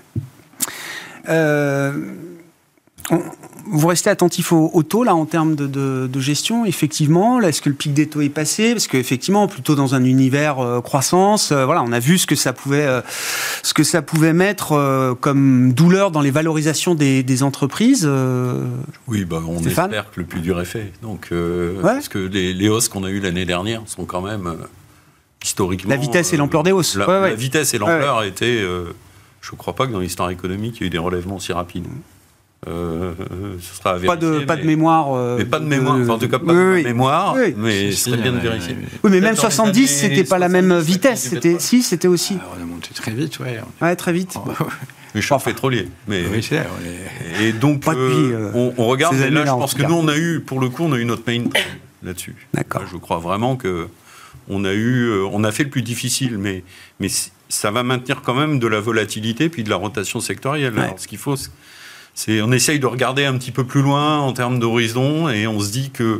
Euh, on, vous restez attentif au, au taux là en termes de, de, de gestion, effectivement. Là, est-ce que le pic des taux est passé? Parce qu'effectivement, plutôt dans un univers euh, croissance, euh, voilà, on a vu ce que ça pouvait, euh, ce que ça pouvait mettre euh, comme douleur dans les valorisations des, des entreprises. Euh, oui, bah, on Stéphane espère que le plus dur est fait. Donc, euh, ouais. parce que les, les hausses qu'on a eues l'année dernière sont quand même euh, historiquement. La vitesse euh, et l'ampleur des hausses. La, ouais, ouais. la vitesse et l'ampleur ouais. étaient. Euh, Je ne crois pas que dans l'histoire économique, il y ait eu des relèvements si rapides. Euh, ce sera à vérifier. Pas de, mais, pas de mémoire. Euh, mais pas de mémoire. Enfin, en tout cas, pas oui, de oui. mémoire. Oui. Mais ce serait bien de vérifier. Oui, mais même soixante-dix, ce n'était pas la même vitesse. C'était, si, c'était aussi. Ah, on a monté très vite, oui. Ouais, très vite. Oh. Les chocs pétroliers. Mais, oui, c'est vrai. On est... Et donc, euh, euh, on, on regarde. Et là, je pense que nous, on a eu, pour le coup, on a eu notre main là-dessus. D'accord. Là, je crois vraiment que on a eu, on a fait le plus difficile, mais, mais ça va maintenir quand même de la volatilité puis de la rotation sectorielle. Ouais. Alors, ce qu'il faut, c'est on essaye de regarder un petit peu plus loin en termes d'horizon et on se dit que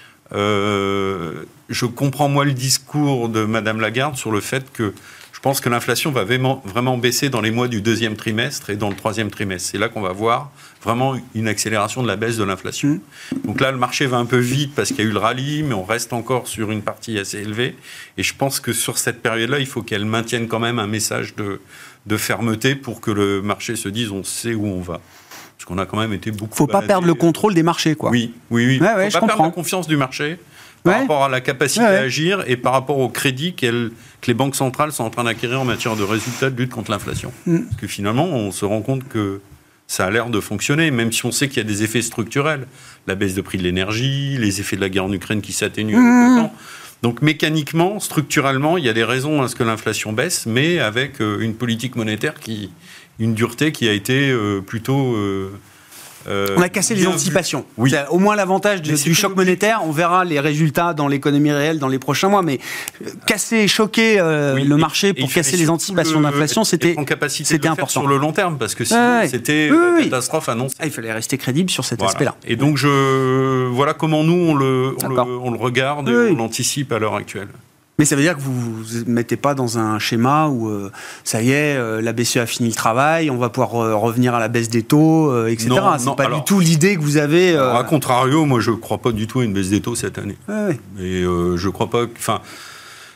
euh, je comprends moi le discours de Madame Lagarde sur le fait que je pense que l'inflation va vraiment, vraiment baisser dans les mois du deuxième trimestre et dans le troisième trimestre. C'est là qu'on va voir vraiment une accélération de la baisse de l'inflation. Mmh. Donc là, le marché va un peu vite parce qu'il y a eu le rallye, mais on reste encore sur une partie assez élevée. Et je pense que sur cette période-là, il faut qu'elle maintienne quand même un message de, de fermeté pour que le marché se dise on sait où on va. Parce qu'on a quand même été beaucoup... Il ne faut pas perdre le contrôle des marchés, quoi. Oui, oui, oui. Il ouais, ouais, ne faut pas perdre la confiance du marché par ouais. rapport à la capacité ouais, ouais. à agir et par rapport au crédit qu'elle, que les banques centrales sont en train d'acquérir en matière de résultats de lutte contre l'inflation. Mm. Parce que finalement, on se rend compte que ça a l'air de fonctionner, même si on sait qu'il y a des effets structurels. La baisse de prix de l'énergie, les effets de la guerre en Ukraine qui s'atténuent mmh. avec le temps. Donc mécaniquement, structurellement, il y a des raisons à ce que l'inflation baisse, mais avec euh, une politique monétaire, qui, une dureté qui a été euh, plutôt... Euh, Euh, on a cassé les anticipations. Oui. C'est au moins l'avantage de, du choc monétaire. On verra les résultats dans l'économie réelle dans les prochains mois. Mais casser et choquer euh, oui, le marché pour casser les anticipations le, d'inflation, c'était, c'était important. Sur le long terme, parce que sinon, ouais. c'était oui, la catastrophe annoncée. Ah, il fallait rester crédible sur cet voilà. aspect-là. Et donc, je, voilà comment nous, on le, on le, on le regarde et oui. on l'anticipe à l'heure actuelle. Mais ça veut dire que vous ne vous mettez pas dans un schéma où, euh, ça y est, euh, la B C E a fini le travail, on va pouvoir euh, revenir à la baisse des taux, euh, et cetera. Non, c'est non, pas alors, du tout l'idée que vous avez... Euh... Alors, à contrario, moi, je ne crois pas du tout à une baisse des taux cette année. Ouais, ouais. Et euh, je ne crois pas... Enfin,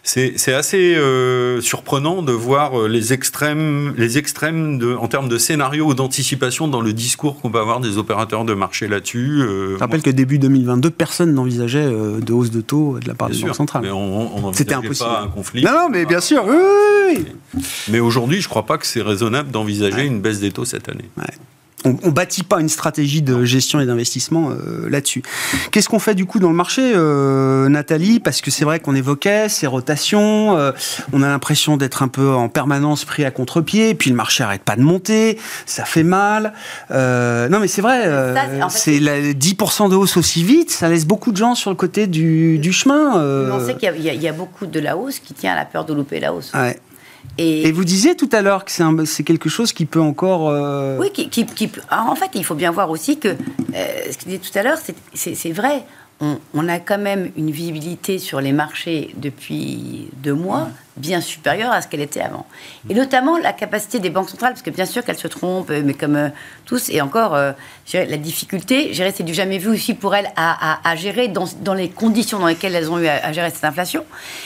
C'est, c'est assez euh, surprenant de voir les extrêmes, les extrêmes de, en termes de scénario ou d'anticipation dans le discours qu'on peut avoir des opérateurs de marché là-dessus. Euh, Je rappelle moi, que début deux mille vingt-deux, personne n'envisageait euh, de hausse de taux de la part des banques centrales. Mais on, on C'était impossible. Pas un conflit. Non, non, mais bien sûr, oui, oui, oui. Mais aujourd'hui, je ne crois pas que c'est raisonnable d'envisager ouais. une baisse des taux cette année. Ouais. On ne bâtit pas une stratégie de gestion et d'investissement euh, là-dessus. Qu'est-ce qu'on fait du coup dans le marché, euh, Nathalie ? Parce que c'est vrai qu'on évoquait ces rotations, euh, on a l'impression d'être un peu en permanence pris à contre-pied, puis le marché n'arrête pas de monter, ça fait mal. Euh, non mais c'est vrai, euh, ça, c'est, en fait, c'est la, dix pour cent de hausse aussi vite, ça laisse beaucoup de gens sur le côté du, du chemin. Euh... On sait qu'il y a, il y a, il y a beaucoup de la hausse qui tient à la peur de louper la hausse. Ouais. Et... Et vous disiez tout à l'heure que c'est, un, c'est quelque chose qui peut encore... Euh... Oui, qui, qui, qui peut... Alors en fait, il faut bien voir aussi que, euh, ce que je disais tout à l'heure, c'est, c'est, c'est vrai, on, on a quand même une visibilité sur les marchés depuis deux mois mmh. bien supérieure à ce qu'elle était avant. Et notamment la capacité des banques centrales, parce que bien sûr qu'elles se trompent, mais comme euh, tous, et encore, euh, la difficulté, gérer, c'est du jamais vu aussi pour elles à, à, à gérer dans, dans les conditions dans lesquelles elles ont eu à, à gérer cette inflation.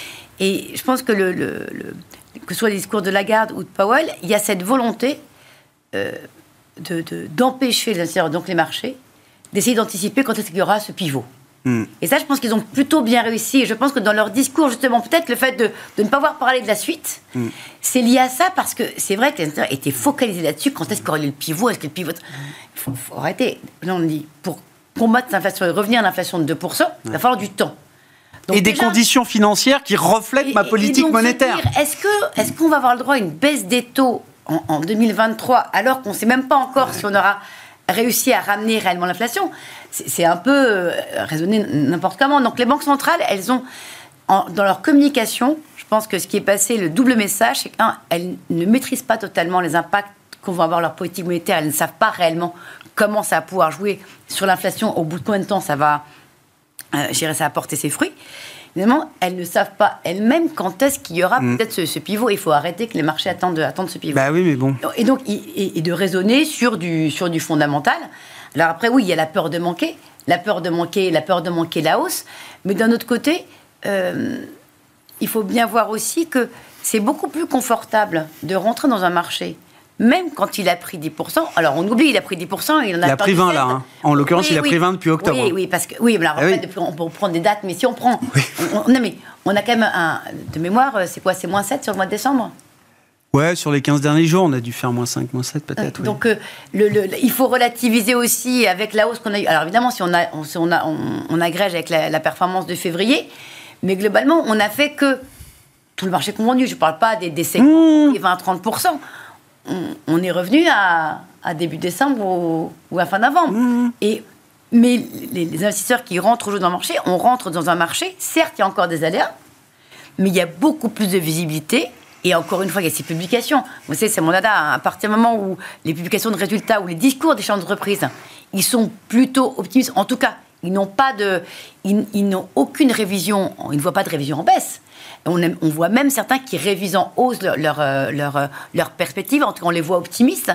Et je pense que le... le, le que ce soit les discours de Lagarde ou de Powell, il y a cette volonté euh, de, de, d'empêcher les investisseurs, donc les marchés, d'essayer d'anticiper quand est-ce qu'il y aura ce pivot. Mm. Et ça, je pense qu'ils ont plutôt bien réussi. Et je pense que dans leur discours, justement, peut-être le fait de, de ne pas voir parler de la suite, mm. c'est lié à ça, parce que c'est vrai que les investisseurs étaient focalisés là-dessus. Quand est-ce qu'il y aura le pivot ? Est-ce que le pivot... Il faut, faut arrêter. Là, on dit, pour combattre l'inflation et revenir à l'inflation de deux pour cent, il va falloir du temps. Donc et des déjà, conditions financières qui reflètent et, ma politique monétaire. Dire, est-ce, que, est-ce qu'on va avoir le droit à une baisse des taux en, en deux mille vingt-trois, alors qu'on ne sait même pas encore ouais. si on aura réussi à ramener réellement l'inflation ? C'est, c'est un peu euh, raisonner n'importe comment. Donc les banques centrales, elles ont, en, dans leur communication, je pense que ce qui est passé, le double message, c'est qu'elles ne maîtrisent pas totalement les impacts qu'on va avoir leur politique monétaire. Elles ne savent pas réellement comment ça va pouvoir jouer sur l'inflation, au bout de combien de temps ça va... Euh, je dirais, ça a porté ses fruits. Évidemment, elles ne savent pas elles-mêmes quand est-ce qu'il y aura mmh. peut-être ce, ce pivot. Il faut arrêter que les marchés attendent, attendent ce pivot. Bah oui, mais bon. Et donc, et, et de raisonner sur du, sur du fondamental. Alors après, oui, il y a la peur de manquer, la peur de manquer, la peur de manquer la hausse. Mais d'un autre côté, euh, il faut bien voir aussi que c'est beaucoup plus confortable de rentrer dans un marché, même quand il a pris dix pour cent, alors on oublie, il a pris dix pour cent, il en a, il a pris vingt là, hein. En l'occurrence oui, il a oui. pris vingt depuis octobre. Oui, oui, parce que, oui, alors, ah, en oui. fait, depuis, on peut prendre des dates, mais si on prend, oui. on, on, non, mais on a quand même un, de mémoire, c'est quoi, c'est moins sept sur le mois de décembre ? Ouais, sur les quinze derniers jours, on a dû faire moins cinq, moins sept peut-être. Euh, donc oui. euh, le, le, il faut relativiser aussi avec la hausse qu'on a eue. Alors évidemment, si on, a, on, si on, a, on, on agrège avec la, la performance de février, mais globalement, on n'a fait que tout le marché confondu. Je ne parle pas des, des segments qui mmh. vingt à trente pour cent. On, on est revenu à, à début décembre ou, ou à fin novembre. Mmh. Et, mais les, les investisseurs qui rentrent aujourd'hui dans le marché, on rentre dans un marché, certes, il y a encore des aléas, mais il y a beaucoup plus de visibilité. Et encore une fois, il y a ces publications. Vous savez, c'est mon dada. À partir du moment où les publications de résultats, ou les discours des chefs d'entreprise, ils sont plutôt optimistes. En tout cas, ils n'ont pas de, ils, ils n'ont aucune révision. Ils ne voient pas de révision en baisse. On, aime, on voit même certains qui révisent en hausse leur, leur, leur, leur perspective. En tout cas, on les voit optimistes.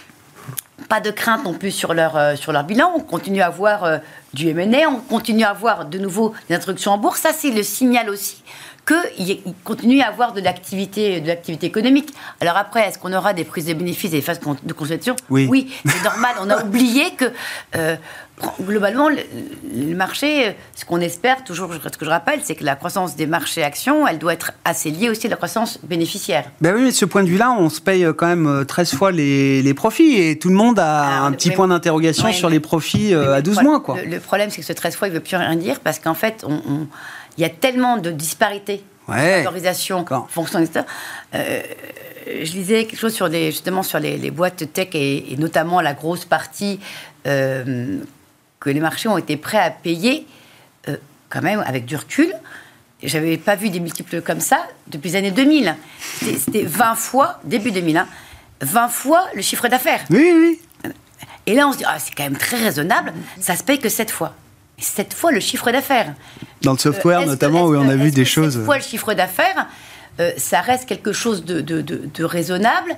Pas de crainte non plus sur leur, sur leur bilan. On continue à avoir euh, du M and A. On continue à avoir de nouveau des introductions en bourse. Ça, c'est le signal aussi qu'il continue à avoir de l'activité, de l'activité économique. Alors après, est-ce qu'on aura des prises de bénéfices et des phases de consolidation ? Oui. Oui, c'est normal. On a oublié que, euh, globalement, le, le marché, ce qu'on espère, toujours, ce que je rappelle, c'est que la croissance des marchés actions, elle doit être assez liée aussi à la croissance bénéficiaire. Ben oui, mais de ce point de vue-là, on se paye quand même treize fois les, les profits et tout le monde a Alors, un petit point d'interrogation ouais, sur les profits euh, à douze problème, mois. Quoi. Le, le problème, c'est que ce treize fois, il ne veut plus rien dire parce qu'en fait, on... on il y a tellement de disparités ouais, de valorisation, fonction, et cetera. Euh, je lisais quelque chose sur les, justement sur les, les boîtes tech et, et notamment la grosse partie euh, que les marchés ont été prêts à payer, euh, quand même avec du recul. J'avais pas vu des multiples comme ça depuis les années deux mille. C'était, c'était vingt fois, début deux mille, hein, vingt fois le chiffre d'affaires. Oui, oui. Et là, on se dit, ah, c'est quand même très raisonnable, ça se paye que sept fois. Sept fois le chiffre d'affaires. Dans le software, euh, notamment, que, où on a vu des choses... Sept fois le chiffre d'affaires, euh, ça reste quelque chose de, de, de, de raisonnable.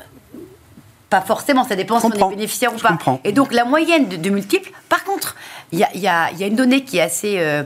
Pas forcément, ça dépend si on est bénéficiaire ou pas. Comprends. Et donc, la moyenne de, de multiples... Par contre, il y a, y, a, y a une donnée qui est assez, euh,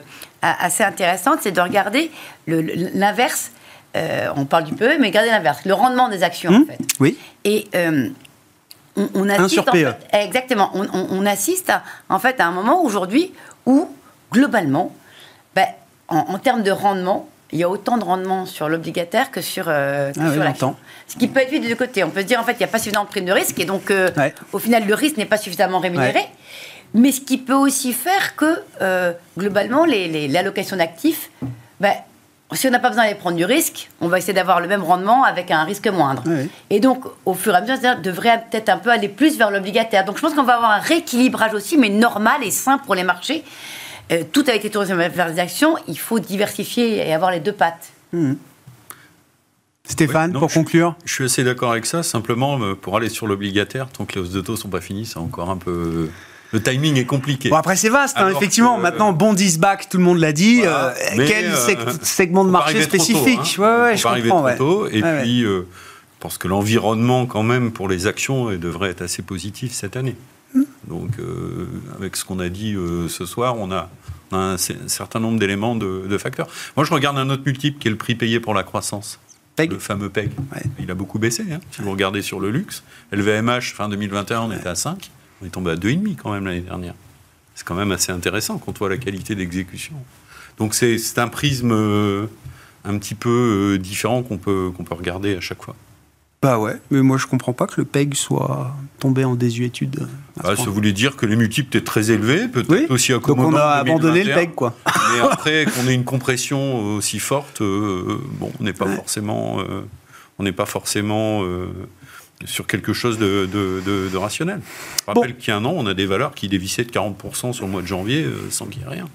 assez intéressante, c'est de regarder le, l'inverse. Euh, on parle du P E, mais regardez l'inverse, le rendement des actions, mmh, en fait. Oui. Et euh, on, on assiste... Un sur P E. En fait, exactement. On, on, on assiste, à, en fait, à un moment aujourd'hui où, globalement, ben, en, en termes de rendement, il y a autant de rendement sur l'obligataire que sur, euh, que ah sur oui, l'action. Ce qui peut être vu des deux côtés. On peut se dire, en fait, il n'y a pas suffisamment de prime de risque, et donc, euh, ouais. au final, le risque n'est pas suffisamment rémunéré. Ouais. Mais ce qui peut aussi faire que, euh, globalement, les, les, l'allocation d'actifs, ben, si on n'a pas besoin d'aller prendre du risque, on va essayer d'avoir le même rendement avec un risque moindre. Oui. Et donc, au fur et à mesure, on devrait peut-être un peu aller plus vers l'obligataire. Donc, je pense qu'on va avoir un rééquilibrage aussi, mais normal et sain pour les marchés. Euh, tout a été tourné vers les actions. Il faut diversifier et avoir les deux pattes. Mmh. Stéphane, oui, non, pour je, conclure. Je suis assez d'accord avec ça. Simplement, pour aller sur l'obligataire, tant que les hausses de taux ne sont pas finies, c'est encore un peu... Le timing est compliqué. Bon, après, c'est vaste, hein, effectivement. Que, Maintenant, bond is back, tout le monde l'a dit. Voilà. Euh, quel euh, segment de marché spécifique? Tôt, hein. Ouais, ouais, je pas comprends. Ouais. Tôt, et ouais, puis, ouais. euh, je pense que l'environnement, quand même, pour les actions, devrait être assez positif cette année. Mmh. Donc, euh, avec ce qu'on a dit euh, ce soir, on a, on a un, un certain nombre d'éléments de, de facteurs. Moi, je regarde un autre multiple qui est le prix payé pour la croissance. P E G. Le fameux P E G. Ouais. Il a beaucoup baissé. Hein, si vous regardez sur le luxe, L V M H, fin deux mille vingt et un, on ouais. était à cinq. On est tombé à deux virgule cinq quand même l'année dernière. C'est quand même assez intéressant quand on voit la qualité d'exécution. Donc c'est, c'est un prisme euh, un petit peu euh, différent qu'on peut, qu'on peut regarder à chaque fois. Bah ouais, mais moi je comprends pas que le P E G soit tombé en désuétude. Ah, ça voulait dire que les multiples étaient très élevés, peut-être oui. aussi accommodants. Donc on a abandonné le P E G, quoi. Mais après, qu'on ait une compression aussi forte, euh, bon, on n'est pas ouais. forcément... Euh, on n'est pas forcément... Euh, sur quelque chose de, de, de, de rationnel. Je rappelle bon. qu'il y a un an, on a des valeurs qui dévissaient de quarante pour cent sur le mois de janvier euh, sans qu'il y ait rien.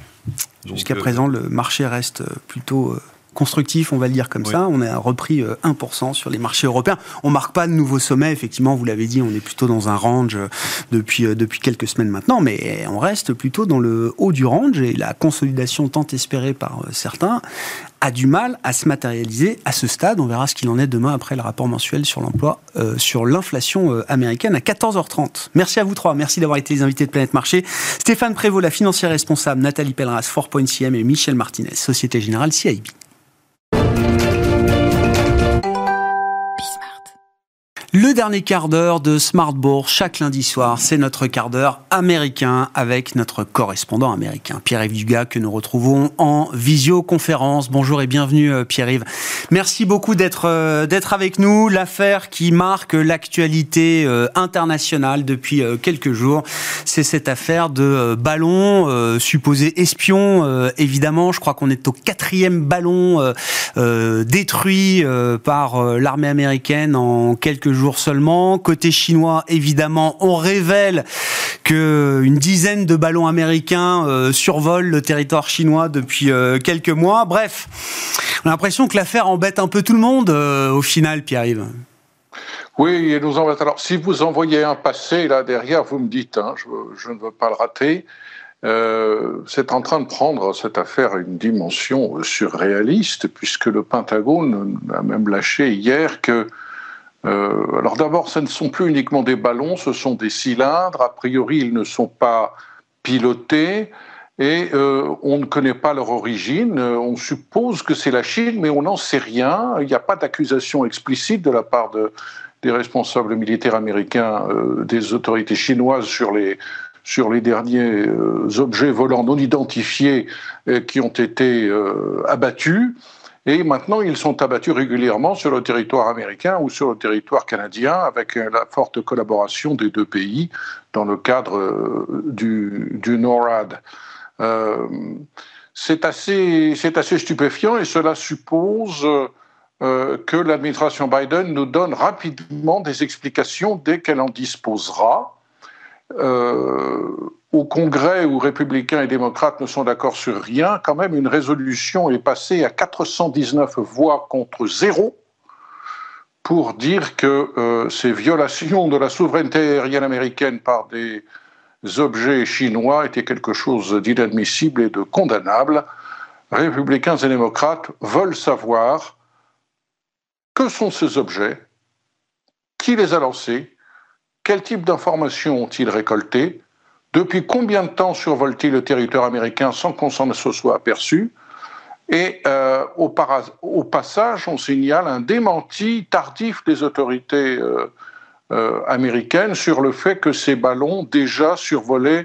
Donc, Jusqu'à euh, présent, le marché reste plutôt euh, constructif, on va le dire comme oui. ça. On a repris euh, un pour cent sur les marchés européens. On ne marque pas de nouveaux sommets, effectivement, vous l'avez dit, on est plutôt dans un range euh, depuis, euh, depuis quelques semaines maintenant, mais on reste plutôt dans le haut du range, et la consolidation tant espérée par euh, certains a du mal à se matérialiser à ce stade. On verra ce qu'il en est demain après le rapport mensuel sur l'emploi, euh, sur l'inflation euh, américaine à quatorze heures trente. Merci à vous trois. Merci d'avoir été les invités de Planète Marché. Stéphane Prévost, la financière responsable, Nathalie Pelleras, Four Point C M et Michel Martinez, Société Générale C I B. Le dernier quart d'heure de Smart Bourse, chaque lundi soir, c'est notre quart d'heure américain avec notre correspondant américain, Pierre-Yves Dugas, que nous retrouvons en visioconférence. Bonjour et bienvenue Pierre-Yves. Merci beaucoup d'être, euh, d'être avec nous. L'affaire qui marque l'actualité euh, internationale depuis euh, quelques jours, c'est cette affaire de euh, ballon euh, supposé espion, euh, évidemment. Je crois qu'on est au quatrième ballon euh, euh, détruit euh, par euh, l'armée américaine en quelques jours. jours seulement. Côté chinois, évidemment, on révèle qu'une dizaine de ballons américains euh, survolent le territoire chinois depuis euh, quelques mois. Bref, on a l'impression que l'affaire embête un peu tout le monde euh, au final, Pierre-Yves. Oui, elle nous embête. Alors, si vous en voyez un passer là derrière, vous me dites, hein, je, je ne veux pas le rater. Euh, c'est en train de prendre cette affaire une dimension surréaliste, puisque le Pentagone a même lâché hier que Euh, alors d'abord, ce ne sont plus uniquement des ballons, ce sont des cylindres. A priori, ils ne sont pas pilotés et euh, on ne connaît pas leur origine. On suppose que c'est la Chine, mais on n'en sait rien. Il n'y a pas d'accusation explicite de la part de, des responsables militaires américains, euh, des autorités chinoises sur les, sur les derniers euh, objets volants non identifiés euh, qui ont été euh, abattus. Et maintenant, ils sont abattus régulièrement sur le territoire américain ou sur le territoire canadien, avec la forte collaboration des deux pays dans le cadre du, du NORAD. Euh, c'est assez, c'est assez stupéfiant et cela suppose euh, que l'administration Biden nous donne rapidement des explications dès qu'elle en disposera. Euh, au Congrès où républicains et démocrates ne sont d'accord sur rien, quand même une résolution est passée à quatre cent dix-neuf voix contre zéro pour dire que euh, ces violations de la souveraineté aérienne américaine par des objets chinois étaient quelque chose d'inadmissible et de condamnable. Républicains et démocrates veulent savoir que sont ces objets, qui les a lancés, quel type d'informations ont-ils récoltées, Depuis combien de temps survole-t-il le territoire américain sans qu'on s'en se soit aperçu? Et euh, au, para- au passage, on signale un démenti tardif des autorités euh, euh, américaines sur le fait que ces ballons déjà survolaient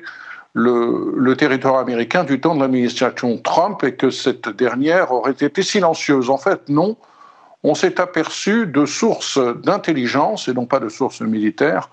le, le territoire américain du temps de l'administration Trump et que cette dernière aurait été silencieuse. En fait, non. On s'est aperçu de sources d'intelligence, et non pas de sources militaires,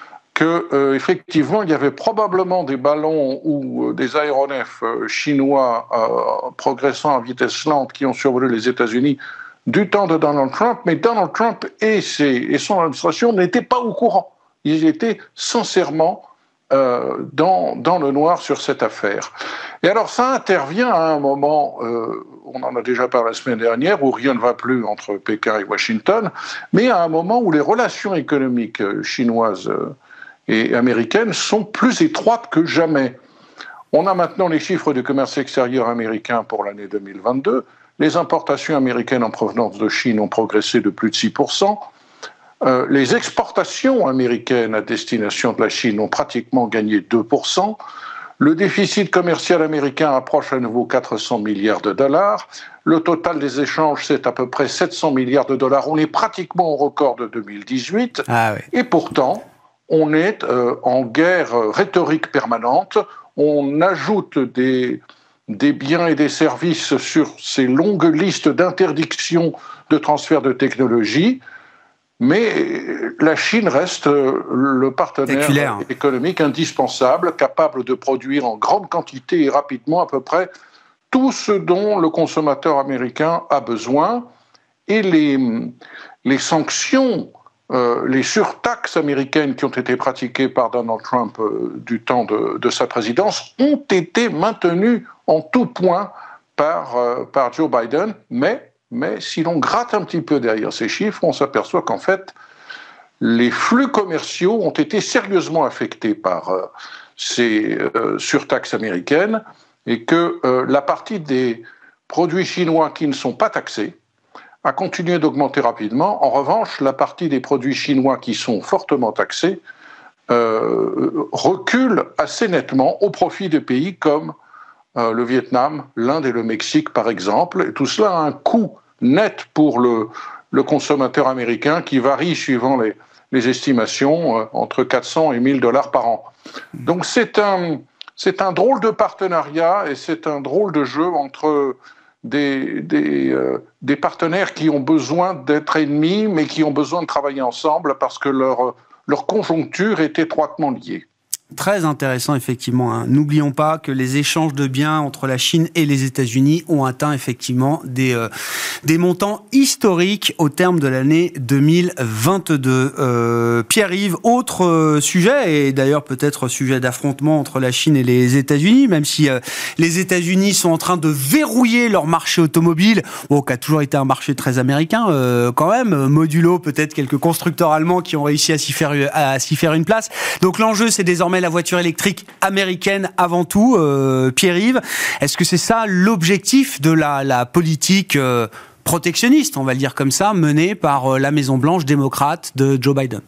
que euh, effectivement il y avait probablement des ballons ou euh, des aéronefs euh, chinois euh, progressant à vitesse lente qui ont survolé les États-Unis du temps de Donald Trump, mais Donald Trump et, ses, et son administration n'étaient pas au courant. Ils étaient sincèrement euh, dans, dans le noir sur cette affaire. Et alors ça intervient à un moment, euh, on en a déjà parlé la semaine dernière, où rien ne va plus entre Pékin et Washington, mais à un moment où les relations économiques chinoises euh, et américaines sont plus étroites que jamais. On a maintenant les chiffres du commerce extérieur américain pour l'année deux mille vingt-deux. Les importations américaines en provenance de Chine ont progressé de plus de six pour cent. Euh, les exportations américaines à destination de la Chine ont pratiquement gagné deux pour cent. Le déficit commercial américain approche à nouveau quatre cents milliards de dollars. Le total des échanges, c'est à peu près sept cents milliards de dollars. On est pratiquement au record de deux mille dix-huit. Ah oui. Et pourtant, on est euh, en guerre rhétorique permanente. On ajoute des, des biens et des services sur ces longues listes d'interdictions de transfert de technologie. Mais la Chine reste le partenaire Séculaire. économique indispensable, capable de produire en grande quantité et rapidement à peu près tout ce dont le consommateur américain a besoin. Et les, les sanctions, euh, les surtaxes américaines qui ont été pratiquées par Donald Trump euh, du temps de, de sa présidence ont été maintenues en tout point par, euh, par Joe Biden, mais Mais si l'on gratte un petit peu derrière ces chiffres, on s'aperçoit qu'en fait, les flux commerciaux ont été sérieusement affectés par euh, ces euh, surtaxes américaines et que euh, la partie des produits chinois qui ne sont pas taxés a continué d'augmenter rapidement. En revanche, la partie des produits chinois qui sont fortement taxés euh, recule assez nettement au profit de pays comme euh, le Vietnam, l'Inde et le Mexique, par exemple. Et tout cela a un coût net pour le, le consommateur américain qui varie suivant les, les estimations euh, entre quatre cents et mille dollars par an. Donc c'est un, c'est un drôle de partenariat et c'est un drôle de jeu entre des, des, euh, des partenaires qui ont besoin d'être ennemis mais qui ont besoin de travailler ensemble parce que leur, leur conjoncture est étroitement liée. Très intéressant, effectivement. Hein. N'oublions pas que les échanges de biens entre la Chine et les États-Unis ont atteint effectivement des, euh, des montants historiques au terme de l'année deux mille vingt-deux. Euh, Pierre-Yves, autre euh, sujet, et d'ailleurs peut-être sujet d'affrontement entre la Chine et les États-Unis, même si euh, les États-Unis sont en train de verrouiller leur marché automobile, bon, qui a toujours été un marché très américain euh, quand même, modulo peut-être quelques constructeurs allemands qui ont réussi à s'y faire, à s'y faire une place. Donc l'enjeu, c'est désormais la voiture électrique américaine avant tout, euh, Pierre-Yves. Est-ce que c'est ça l'objectif de la, la politique euh, protectionniste, on va le dire comme ça, menée par euh, la Maison-Blanche démocrate de Joe Biden?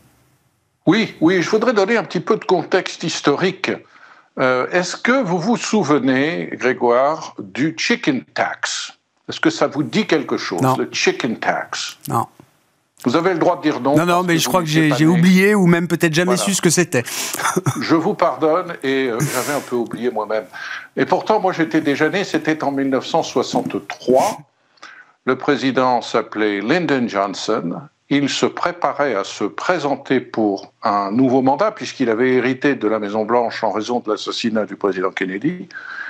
Oui, oui, je voudrais donner un petit peu de contexte historique. Euh, est-ce que vous vous souvenez, Grégoire, du chicken tax? Est-ce que ça vous dit quelque chose, non. le chicken tax? Non. Vous avez le droit de dire non. Non, non, mais je crois que j'ai, j'ai oublié ou même peut-être jamais voilà. su ce que c'était. Je vous pardonne et euh, j'avais un peu oublié moi-même. Et pourtant, moi j'étais déjà né, c'était en mille neuf cent soixante-trois. Le président s'appelait Lyndon Johnson. Il se préparait à se présenter pour un nouveau mandat puisqu'il avait hérité de la Maison-Blanche en raison de l'assassinat du président Kennedy.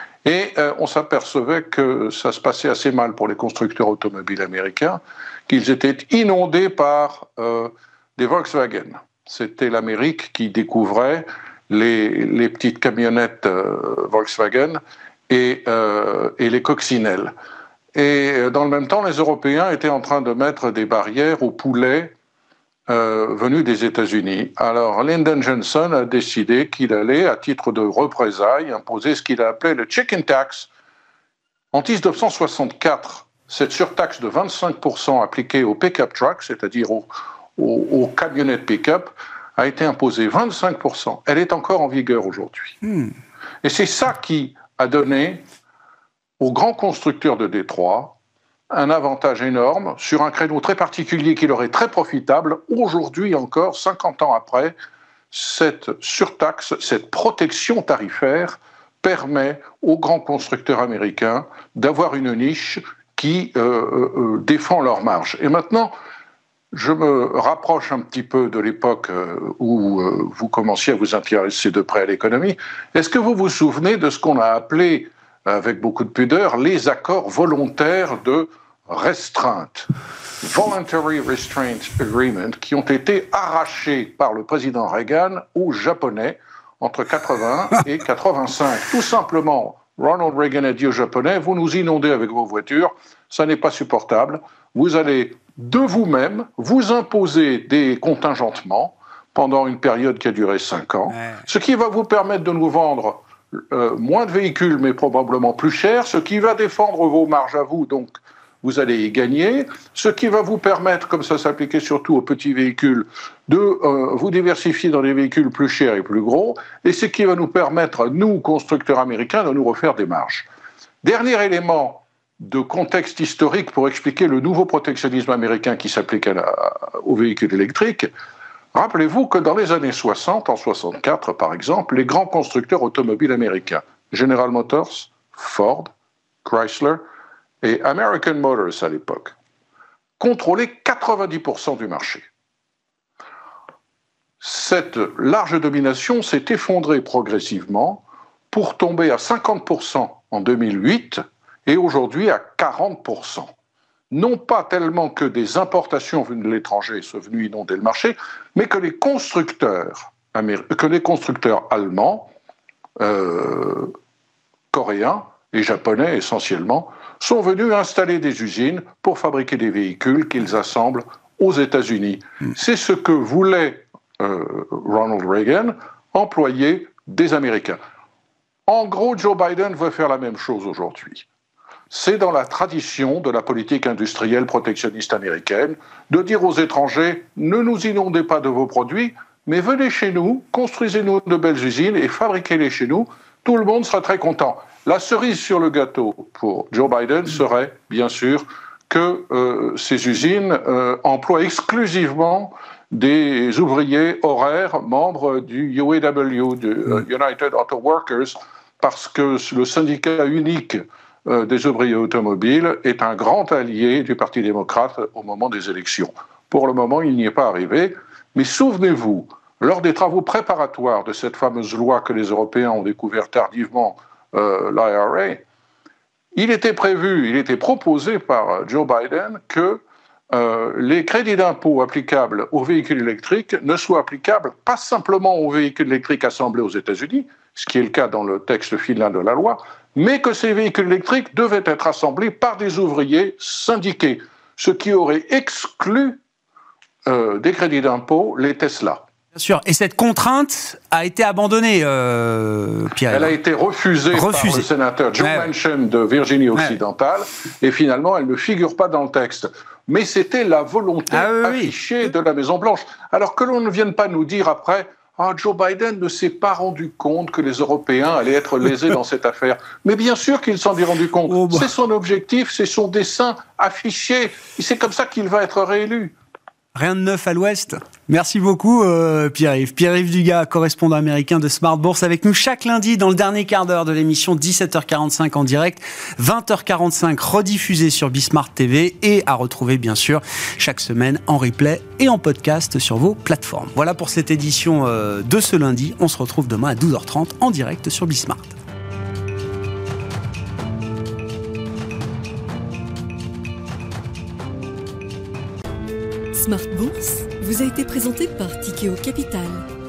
Et euh, on s'apercevait que ça se passait assez mal pour les constructeurs automobiles américains, qu'ils étaient inondés par euh, des Volkswagen. C'était l'Amérique qui découvrait les, les petites camionnettes euh, Volkswagen et, euh, et les coccinelles. Et dans le même temps, les Européens étaient en train de mettre des barrières aux poulets euh, venus des États-Unis. Alors Lyndon Johnson a décidé qu'il allait, à titre de représailles, imposer ce qu'il a appelé le chicken tax. En dix-neuf cent soixante-quatre, cette surtaxe de vingt-cinq pour cent appliquée aux pick-up trucks, c'est-à-dire aux, aux, aux camionnettes pick-up, a été imposée vingt-cinq pour cent. Elle est encore en vigueur aujourd'hui. Mmh. Et c'est ça qui a donné aux grands constructeurs de Détroit un avantage énorme sur un créneau très particulier qui leur est très profitable. Aujourd'hui encore, cinquante ans après, cette surtaxe, cette protection tarifaire permet aux grands constructeurs américains d'avoir une niche qui euh, euh, défend leur marge. Et maintenant, je me rapproche un petit peu de l'époque où vous commenciez à vous intéresser de près à l'économie. Est-ce que vous vous souvenez de ce qu'on a appelé, avec beaucoup de pudeur, les accords volontaires de restreinte, Voluntary Restraint Agreement, qui ont été arrachés par le président Reagan aux Japonais entre quatre-vingt et quatre-vingt-cinq. Tout simplement, Ronald Reagan a dit aux Japonais, vous nous inondez avec vos voitures, ça n'est pas supportable, vous allez de vous-même vous imposer des contingentements pendant une période qui a duré cinq ans, ouais. Ce qui va vous permettre de nous vendre euh, moins de véhicules, mais probablement plus chers, ce qui va défendre vos marges à vous, donc vous allez y gagner, ce qui va vous permettre, comme ça s'appliquait surtout aux petits véhicules, de euh, vous diversifier dans des véhicules plus chers et plus gros, et ce qui va nous permettre, nous, constructeurs américains, de nous refaire des marges. Dernier élément de contexte historique pour expliquer le nouveau protectionnisme américain qui s'applique à la, aux véhicules électriques. Rappelez-vous que dans les années soixante, en soixante-quatre par exemple, les grands constructeurs automobiles américains, General Motors, Ford, Chrysler et American Motors à l'époque, contrôlaient quatre-vingt-dix pour cent du marché. Cette large domination s'est effondrée progressivement pour tomber à cinquante pour cent en deux mille huit et aujourd'hui à quarante pour cent. Non pas tellement que des importations venues de l'étranger soient venues inonder le marché, mais que les constructeurs, que les constructeurs allemands, euh, coréens et japonais essentiellement, sont venus installer des usines pour fabriquer des véhicules qu'ils assemblent aux États-Unis. C'est ce que voulait euh, Ronald Reagan, employer des Américains. En gros, Joe Biden veut faire la même chose aujourd'hui. C'est dans la tradition de la politique industrielle protectionniste américaine de dire aux étrangers « ne nous inondez pas de vos produits, mais venez chez nous, construisez-nous de belles usines et fabriquez-les chez nous, tout le monde sera très content ». La cerise sur le gâteau pour Joe Biden serait, bien sûr, que euh, ces usines euh, emploient exclusivement des ouvriers horaires membres du U A W, du uh, United Auto Workers, parce que le syndicat unique euh, des ouvriers automobiles est un grand allié du Parti démocrate au moment des élections. Pour le moment, il n'y est pas arrivé, mais souvenez-vous, lors des travaux préparatoires de cette fameuse loi que les Européens ont découvert tardivement, euh, l'I R A, il était prévu, il était proposé par Joe Biden que euh, les crédits d'impôt applicables aux véhicules électriques ne soient applicables pas simplement aux véhicules électriques assemblés aux États-Unis, ce qui est le cas dans le texte final de la loi, mais que ces véhicules électriques devaient être assemblés par des ouvriers syndiqués, ce qui aurait exclu euh, des crédits d'impôt les Tesla. Bien sûr. Et cette contrainte a été abandonnée, euh, Pierre. Elle a été refusée, refusée. par le sénateur Joe ouais. Manchin de Virginie-Occidentale, ouais. et finalement, elle ne figure pas dans le texte. Mais c'était la volonté ah, oui, affichée oui. de la Maison-Blanche. Alors que l'on ne vienne pas nous dire après « Ah, Joe Biden ne s'est pas rendu compte que les Européens allaient être lésés dans cette affaire. » Mais bien sûr qu'il s'en est rendu compte. Oh, bah. C'est son objectif, c'est son dessein affiché. Et c'est comme ça qu'il va être réélu. Rien de neuf à l'Ouest. Merci beaucoup euh, Pierre-Yves. Pierre-Yves Dugas, correspondant américain de Smart Bourse, avec nous chaque lundi dans le dernier quart d'heure de l'émission, dix-sept heures quarante-cinq en direct, vingt heures quarante-cinq rediffusée sur Bismart T V et à retrouver bien sûr chaque semaine en replay et en podcast sur vos plateformes. Voilà pour cette édition euh, de ce lundi. On se retrouve demain à douze heures trente en direct sur Bismart. Smart Bourse vous a été présenté par Tikeo Capital.